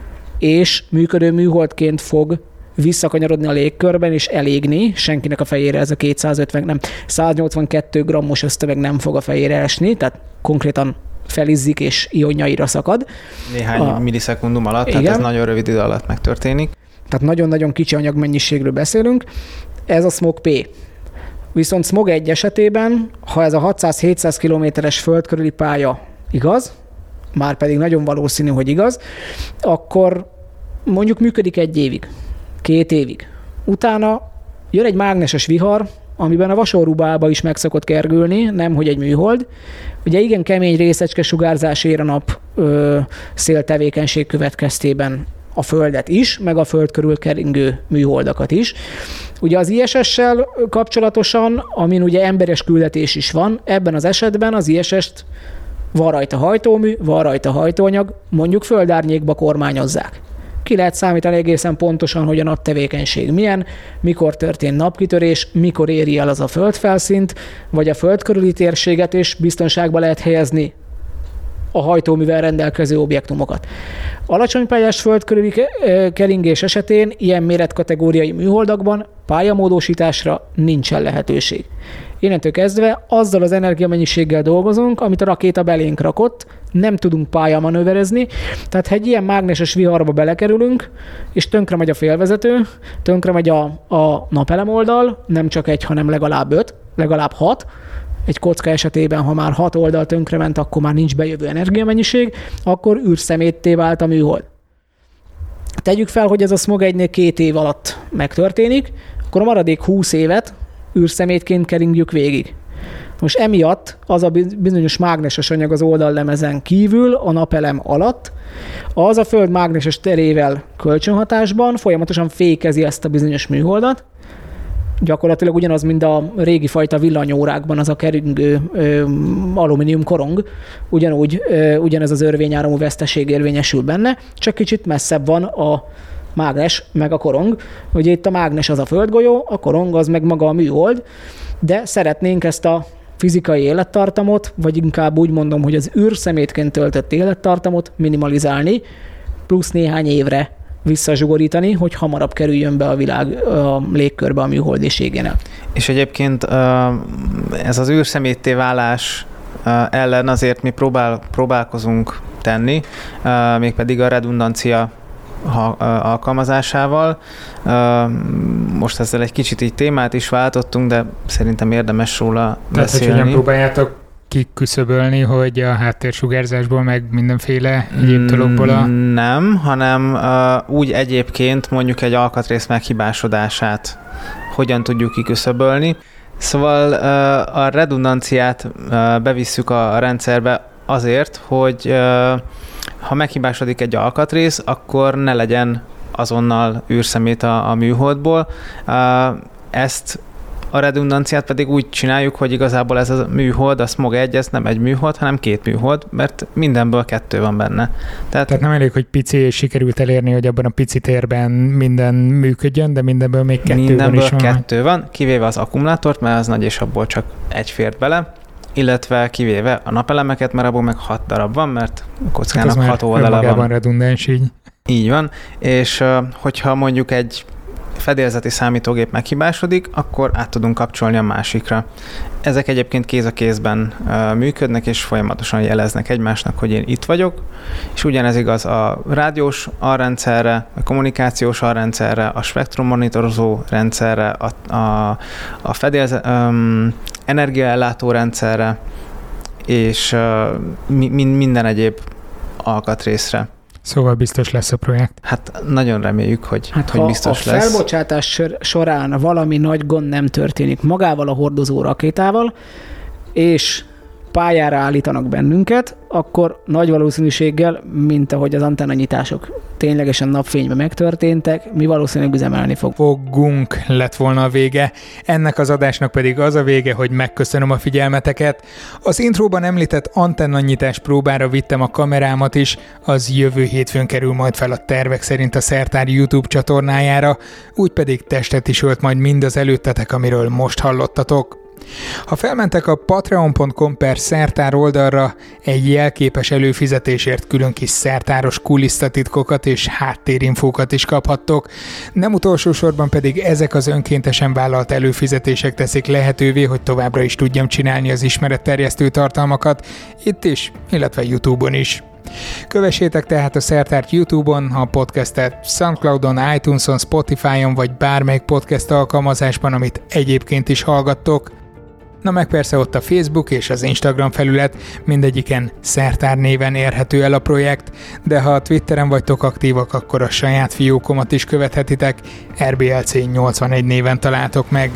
és működő műholdként fog visszakanyarodni a légkörben és elégni, senkinek a fejére ez a kétszázötven, nem, száznyolcvankettő grammos ösztöveg nem fog a fejére esni, tehát konkrétan felizzik és ionjaira szakad. Néhány a, millisekundum alatt, igen. Tehát ez nagyon rövid idő alatt megtörténik. Tehát nagyon-nagyon kicsi anyagmennyiségről beszélünk. Ez a smog P. Viszont smog egy esetében, ha ez a hatszáz-hétszáz kilométeres föld körüli pálya igaz, már pedig nagyon valószínű, hogy igaz, akkor mondjuk működik egy évig. Két évig. Utána jön egy mágneses vihar, amiben a vasorrubába is meg szokott kergülni, nemhogy egy műhold. Ugye igen kemény részecske sugárzás ér a nap ö, széltevékenység következtében a Földet is, meg a Föld körül keringő műholdakat is. Ugye az I S S-sel kapcsolatosan, amin ugye emberes küldetés is van, ebben az esetben az I S S-t van rajta hajtómű, van rajta hajtóanyag, mondjuk földárnyékba kormányozzák. Ki lehet számítani egészen pontosan, hogy a naptevékenység milyen, mikor történt napkitörés, mikor éri el az a földfelszínt, vagy a föld körüli térséget, és biztonságba lehet helyezni a hajtóművel rendelkező objektumokat. Alacsony pályás föld körüli keringés esetén ilyen méretkategóriai műholdakban pályamódosításra nincsen lehetőség. Innentől kezdve azzal az energiamennyiséggel dolgozunk, amit a rakéta belénk rakott, nem tudunk pályamanőverezni, tehát ha egy ilyen mágneses viharba belekerülünk, és tönkre megy a félvezető, tönkre megy a, a napelem oldal, nem csak egy, hanem legalább öt, legalább hat, egy kocka esetében, ha már hat oldal tönkrement, akkor már nincs bejövő energiamennyiség, akkor űrszemétté vált a műhold. Tegyük fel, hogy ez a smog egynél két év alatt megtörténik, akkor a maradék húsz évet űrszemétként keringjük végig. Most emiatt az a bizonyos mágneses anyag az oldallemezen kívül, a napelem alatt, az a Föld mágneses terével kölcsönhatásban folyamatosan fékezi ezt a bizonyos műholdat. Gyakorlatilag ugyanaz, mint a régi fajta villanyórákban az a keringő ö, alumínium korong, ugyanúgy ö, ugyanez az örvényáramú veszteség érvényesül benne, csak kicsit messzebb van a mágnes meg a korong. Ugye itt a mágnes az a földgolyó, a korong az meg maga a műhold, de szeretnénk ezt a fizikai élettartamot, vagy inkább úgy mondom, hogy az űrszemétként töltött élettartamot minimalizálni, plusz néhány évre visszazsugorítani, hogy hamarabb kerüljön be a világ a légkörbe a műhold és égjen el. És egyébként ez az űrszemétté válás ellen azért mi próbál, próbálkozunk tenni, mégpedig a redundancia alkalmazásával. Most ezzel egy kicsit így témát is váltottunk, de szerintem érdemes róla Tehát, beszélni. Tehát, hogy hogyan próbáljátok kiküszöbölni, hogy a háttérsugárzásból meg mindenféle egyéb dologból a... Nem, hanem uh, úgy egyébként mondjuk egy alkatrész meghibásodását hogyan tudjuk kiküszöbölni. Szóval uh, a redundanciát uh, bevisszük a rendszerbe azért, hogy ha meghibásodik egy alkatrész, akkor ne legyen azonnal űrszemét a, a műholdból. Ezt a redundanciát pedig úgy csináljuk, hogy igazából ez a műhold, a smog egy, ez nem egy műhold, hanem két műhold, mert mindenből kettő van benne. Tehát, Tehát nem elég, hogy pici, és sikerült elérni, hogy abban a pici térben minden működjön, de mindenből még kettő mindenből van is van. kettő van, kivéve az akkumulátort, mert az nagy, és abból csak egy fért bele, illetve kivéve a napelemeket, mert abból meg hat darab van, mert a kockának hát hat oldala van. Redundáns így. Így van, és hogyha mondjuk egy fedélzeti számítógép meghibásodik, akkor át tudunk kapcsolni a másikra. Ezek egyébként kéz a kézben uh, működnek, és folyamatosan jeleznek egymásnak, hogy én itt vagyok, és ugyanez igaz a rádiós alrendszerre, a kommunikációs alrendszerre, a spektrummonitorozó rendszerre, a, a, a fedélze, um, energiaellátó rendszerre, és uh, mi, minden egyéb alkatrészre. Szóval biztos lesz a projekt. Hát nagyon reméljük, hogy, hát hogy biztos lesz. Ha a felbocsátás során valami nagy gond nem történik magával a hordozó rakétával, és pályára állítanak bennünket, akkor nagy valószínűséggel, mint ahogy az antennanyitások ténylegesen napfényben megtörténtek, mi valószínűleg üzemelni fog. Fogunk lett volna a vége. Ennek az adásnak pedig az a vége, hogy megköszönöm a figyelmeteket. Az intróban említett antennanyitás próbára vittem a kamerámat is, az jövő hétfőn kerül majd fel a tervek szerint a Szertár YouTube csatornájára, úgy pedig testet is ölt majd mind az előttetek, amiről most hallottatok. Ha felmentek a patreon pont com per szertár oldalra, egy jelképes előfizetésért külön kis szertáros kulisszatitkokat és háttérinfókat is kaphattok. Nem utolsó sorban pedig ezek az önkéntesen vállalt előfizetések teszik lehetővé, hogy továbbra is tudjam csinálni az ismeretterjesztő tartalmakat, itt is, illetve YouTube-on is. Kövessétek tehát a Szertárt YouTube-on, a podcastet SoundCloudon, iTunes-on, Spotify-on vagy bármelyik podcast alkalmazásban, amit egyébként is hallgattok. Na meg persze ott a Facebook és az Instagram felület, mindegyiken Szertár néven érhető el a projekt, de ha a Twitteren vagytok aktívak, akkor a saját fiókomat is követhetitek, er bé el cé nyolcvanegy néven találtok meg.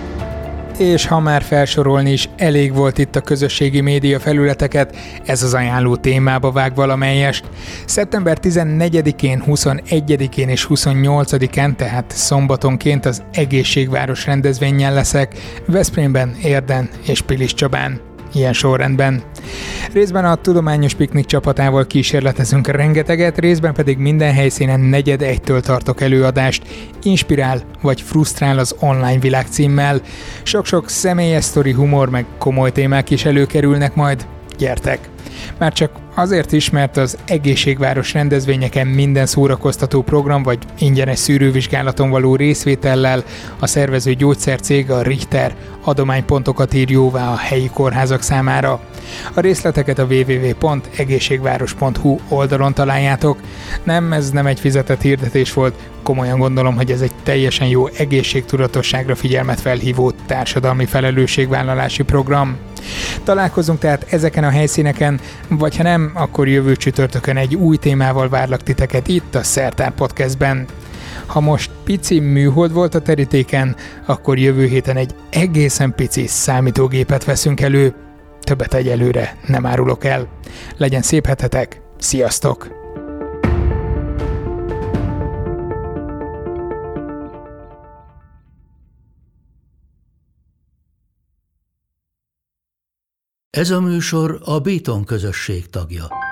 És ha már felsorolni is elég volt itt a közösségi média felületeket, ez az ajánló témába vág valamelyest. szeptember tizennegyedikén, huszonegyedikén és huszonnyolcadikán, tehát szombatonként az Egészségváros rendezvényen leszek, Veszprémben, Érden és Piliscsabán. Ilyen sorrendben. Részben a Tudományos Piknik csapatával kísérletezünk rengeteget, részben pedig minden helyszínen negyed egytől tartok előadást, inspirál vagy frusztrál az online világ címmel. Sok-sok személyes sztori, humor meg komoly témák is előkerülnek majd. Gyertek! Már csak azért is, mert az Egészségváros rendezvényeken minden szórakoztató program vagy ingyenes szűrővizsgálaton való részvétellel a szervező gyógyszercég, a Richter adománypontokat ír jóvá a helyi kórházak számára. A részleteket a double-u double-u double-u pont egészségváros pont hu oldalon találjátok. Nem, ez nem egy fizetett hirdetés volt, komolyan gondolom, hogy ez egy teljesen jó egészségtudatosságra figyelmet felhívó társadalmi felelősségvállalási program. Találkozunk tehát ezeken a helyszíneken, vagy ha nem, akkor jövő csütörtökön egy új témával várlak titeket itt a Szertár Podcastben. Ha most pici műhold volt a terítéken, akkor jövő héten egy egészen pici számítógépet veszünk elő. Többet egyelőre nem árulok el. Legyen szép hetetek, sziasztok! Ez a műsor a Béton közösség tagja.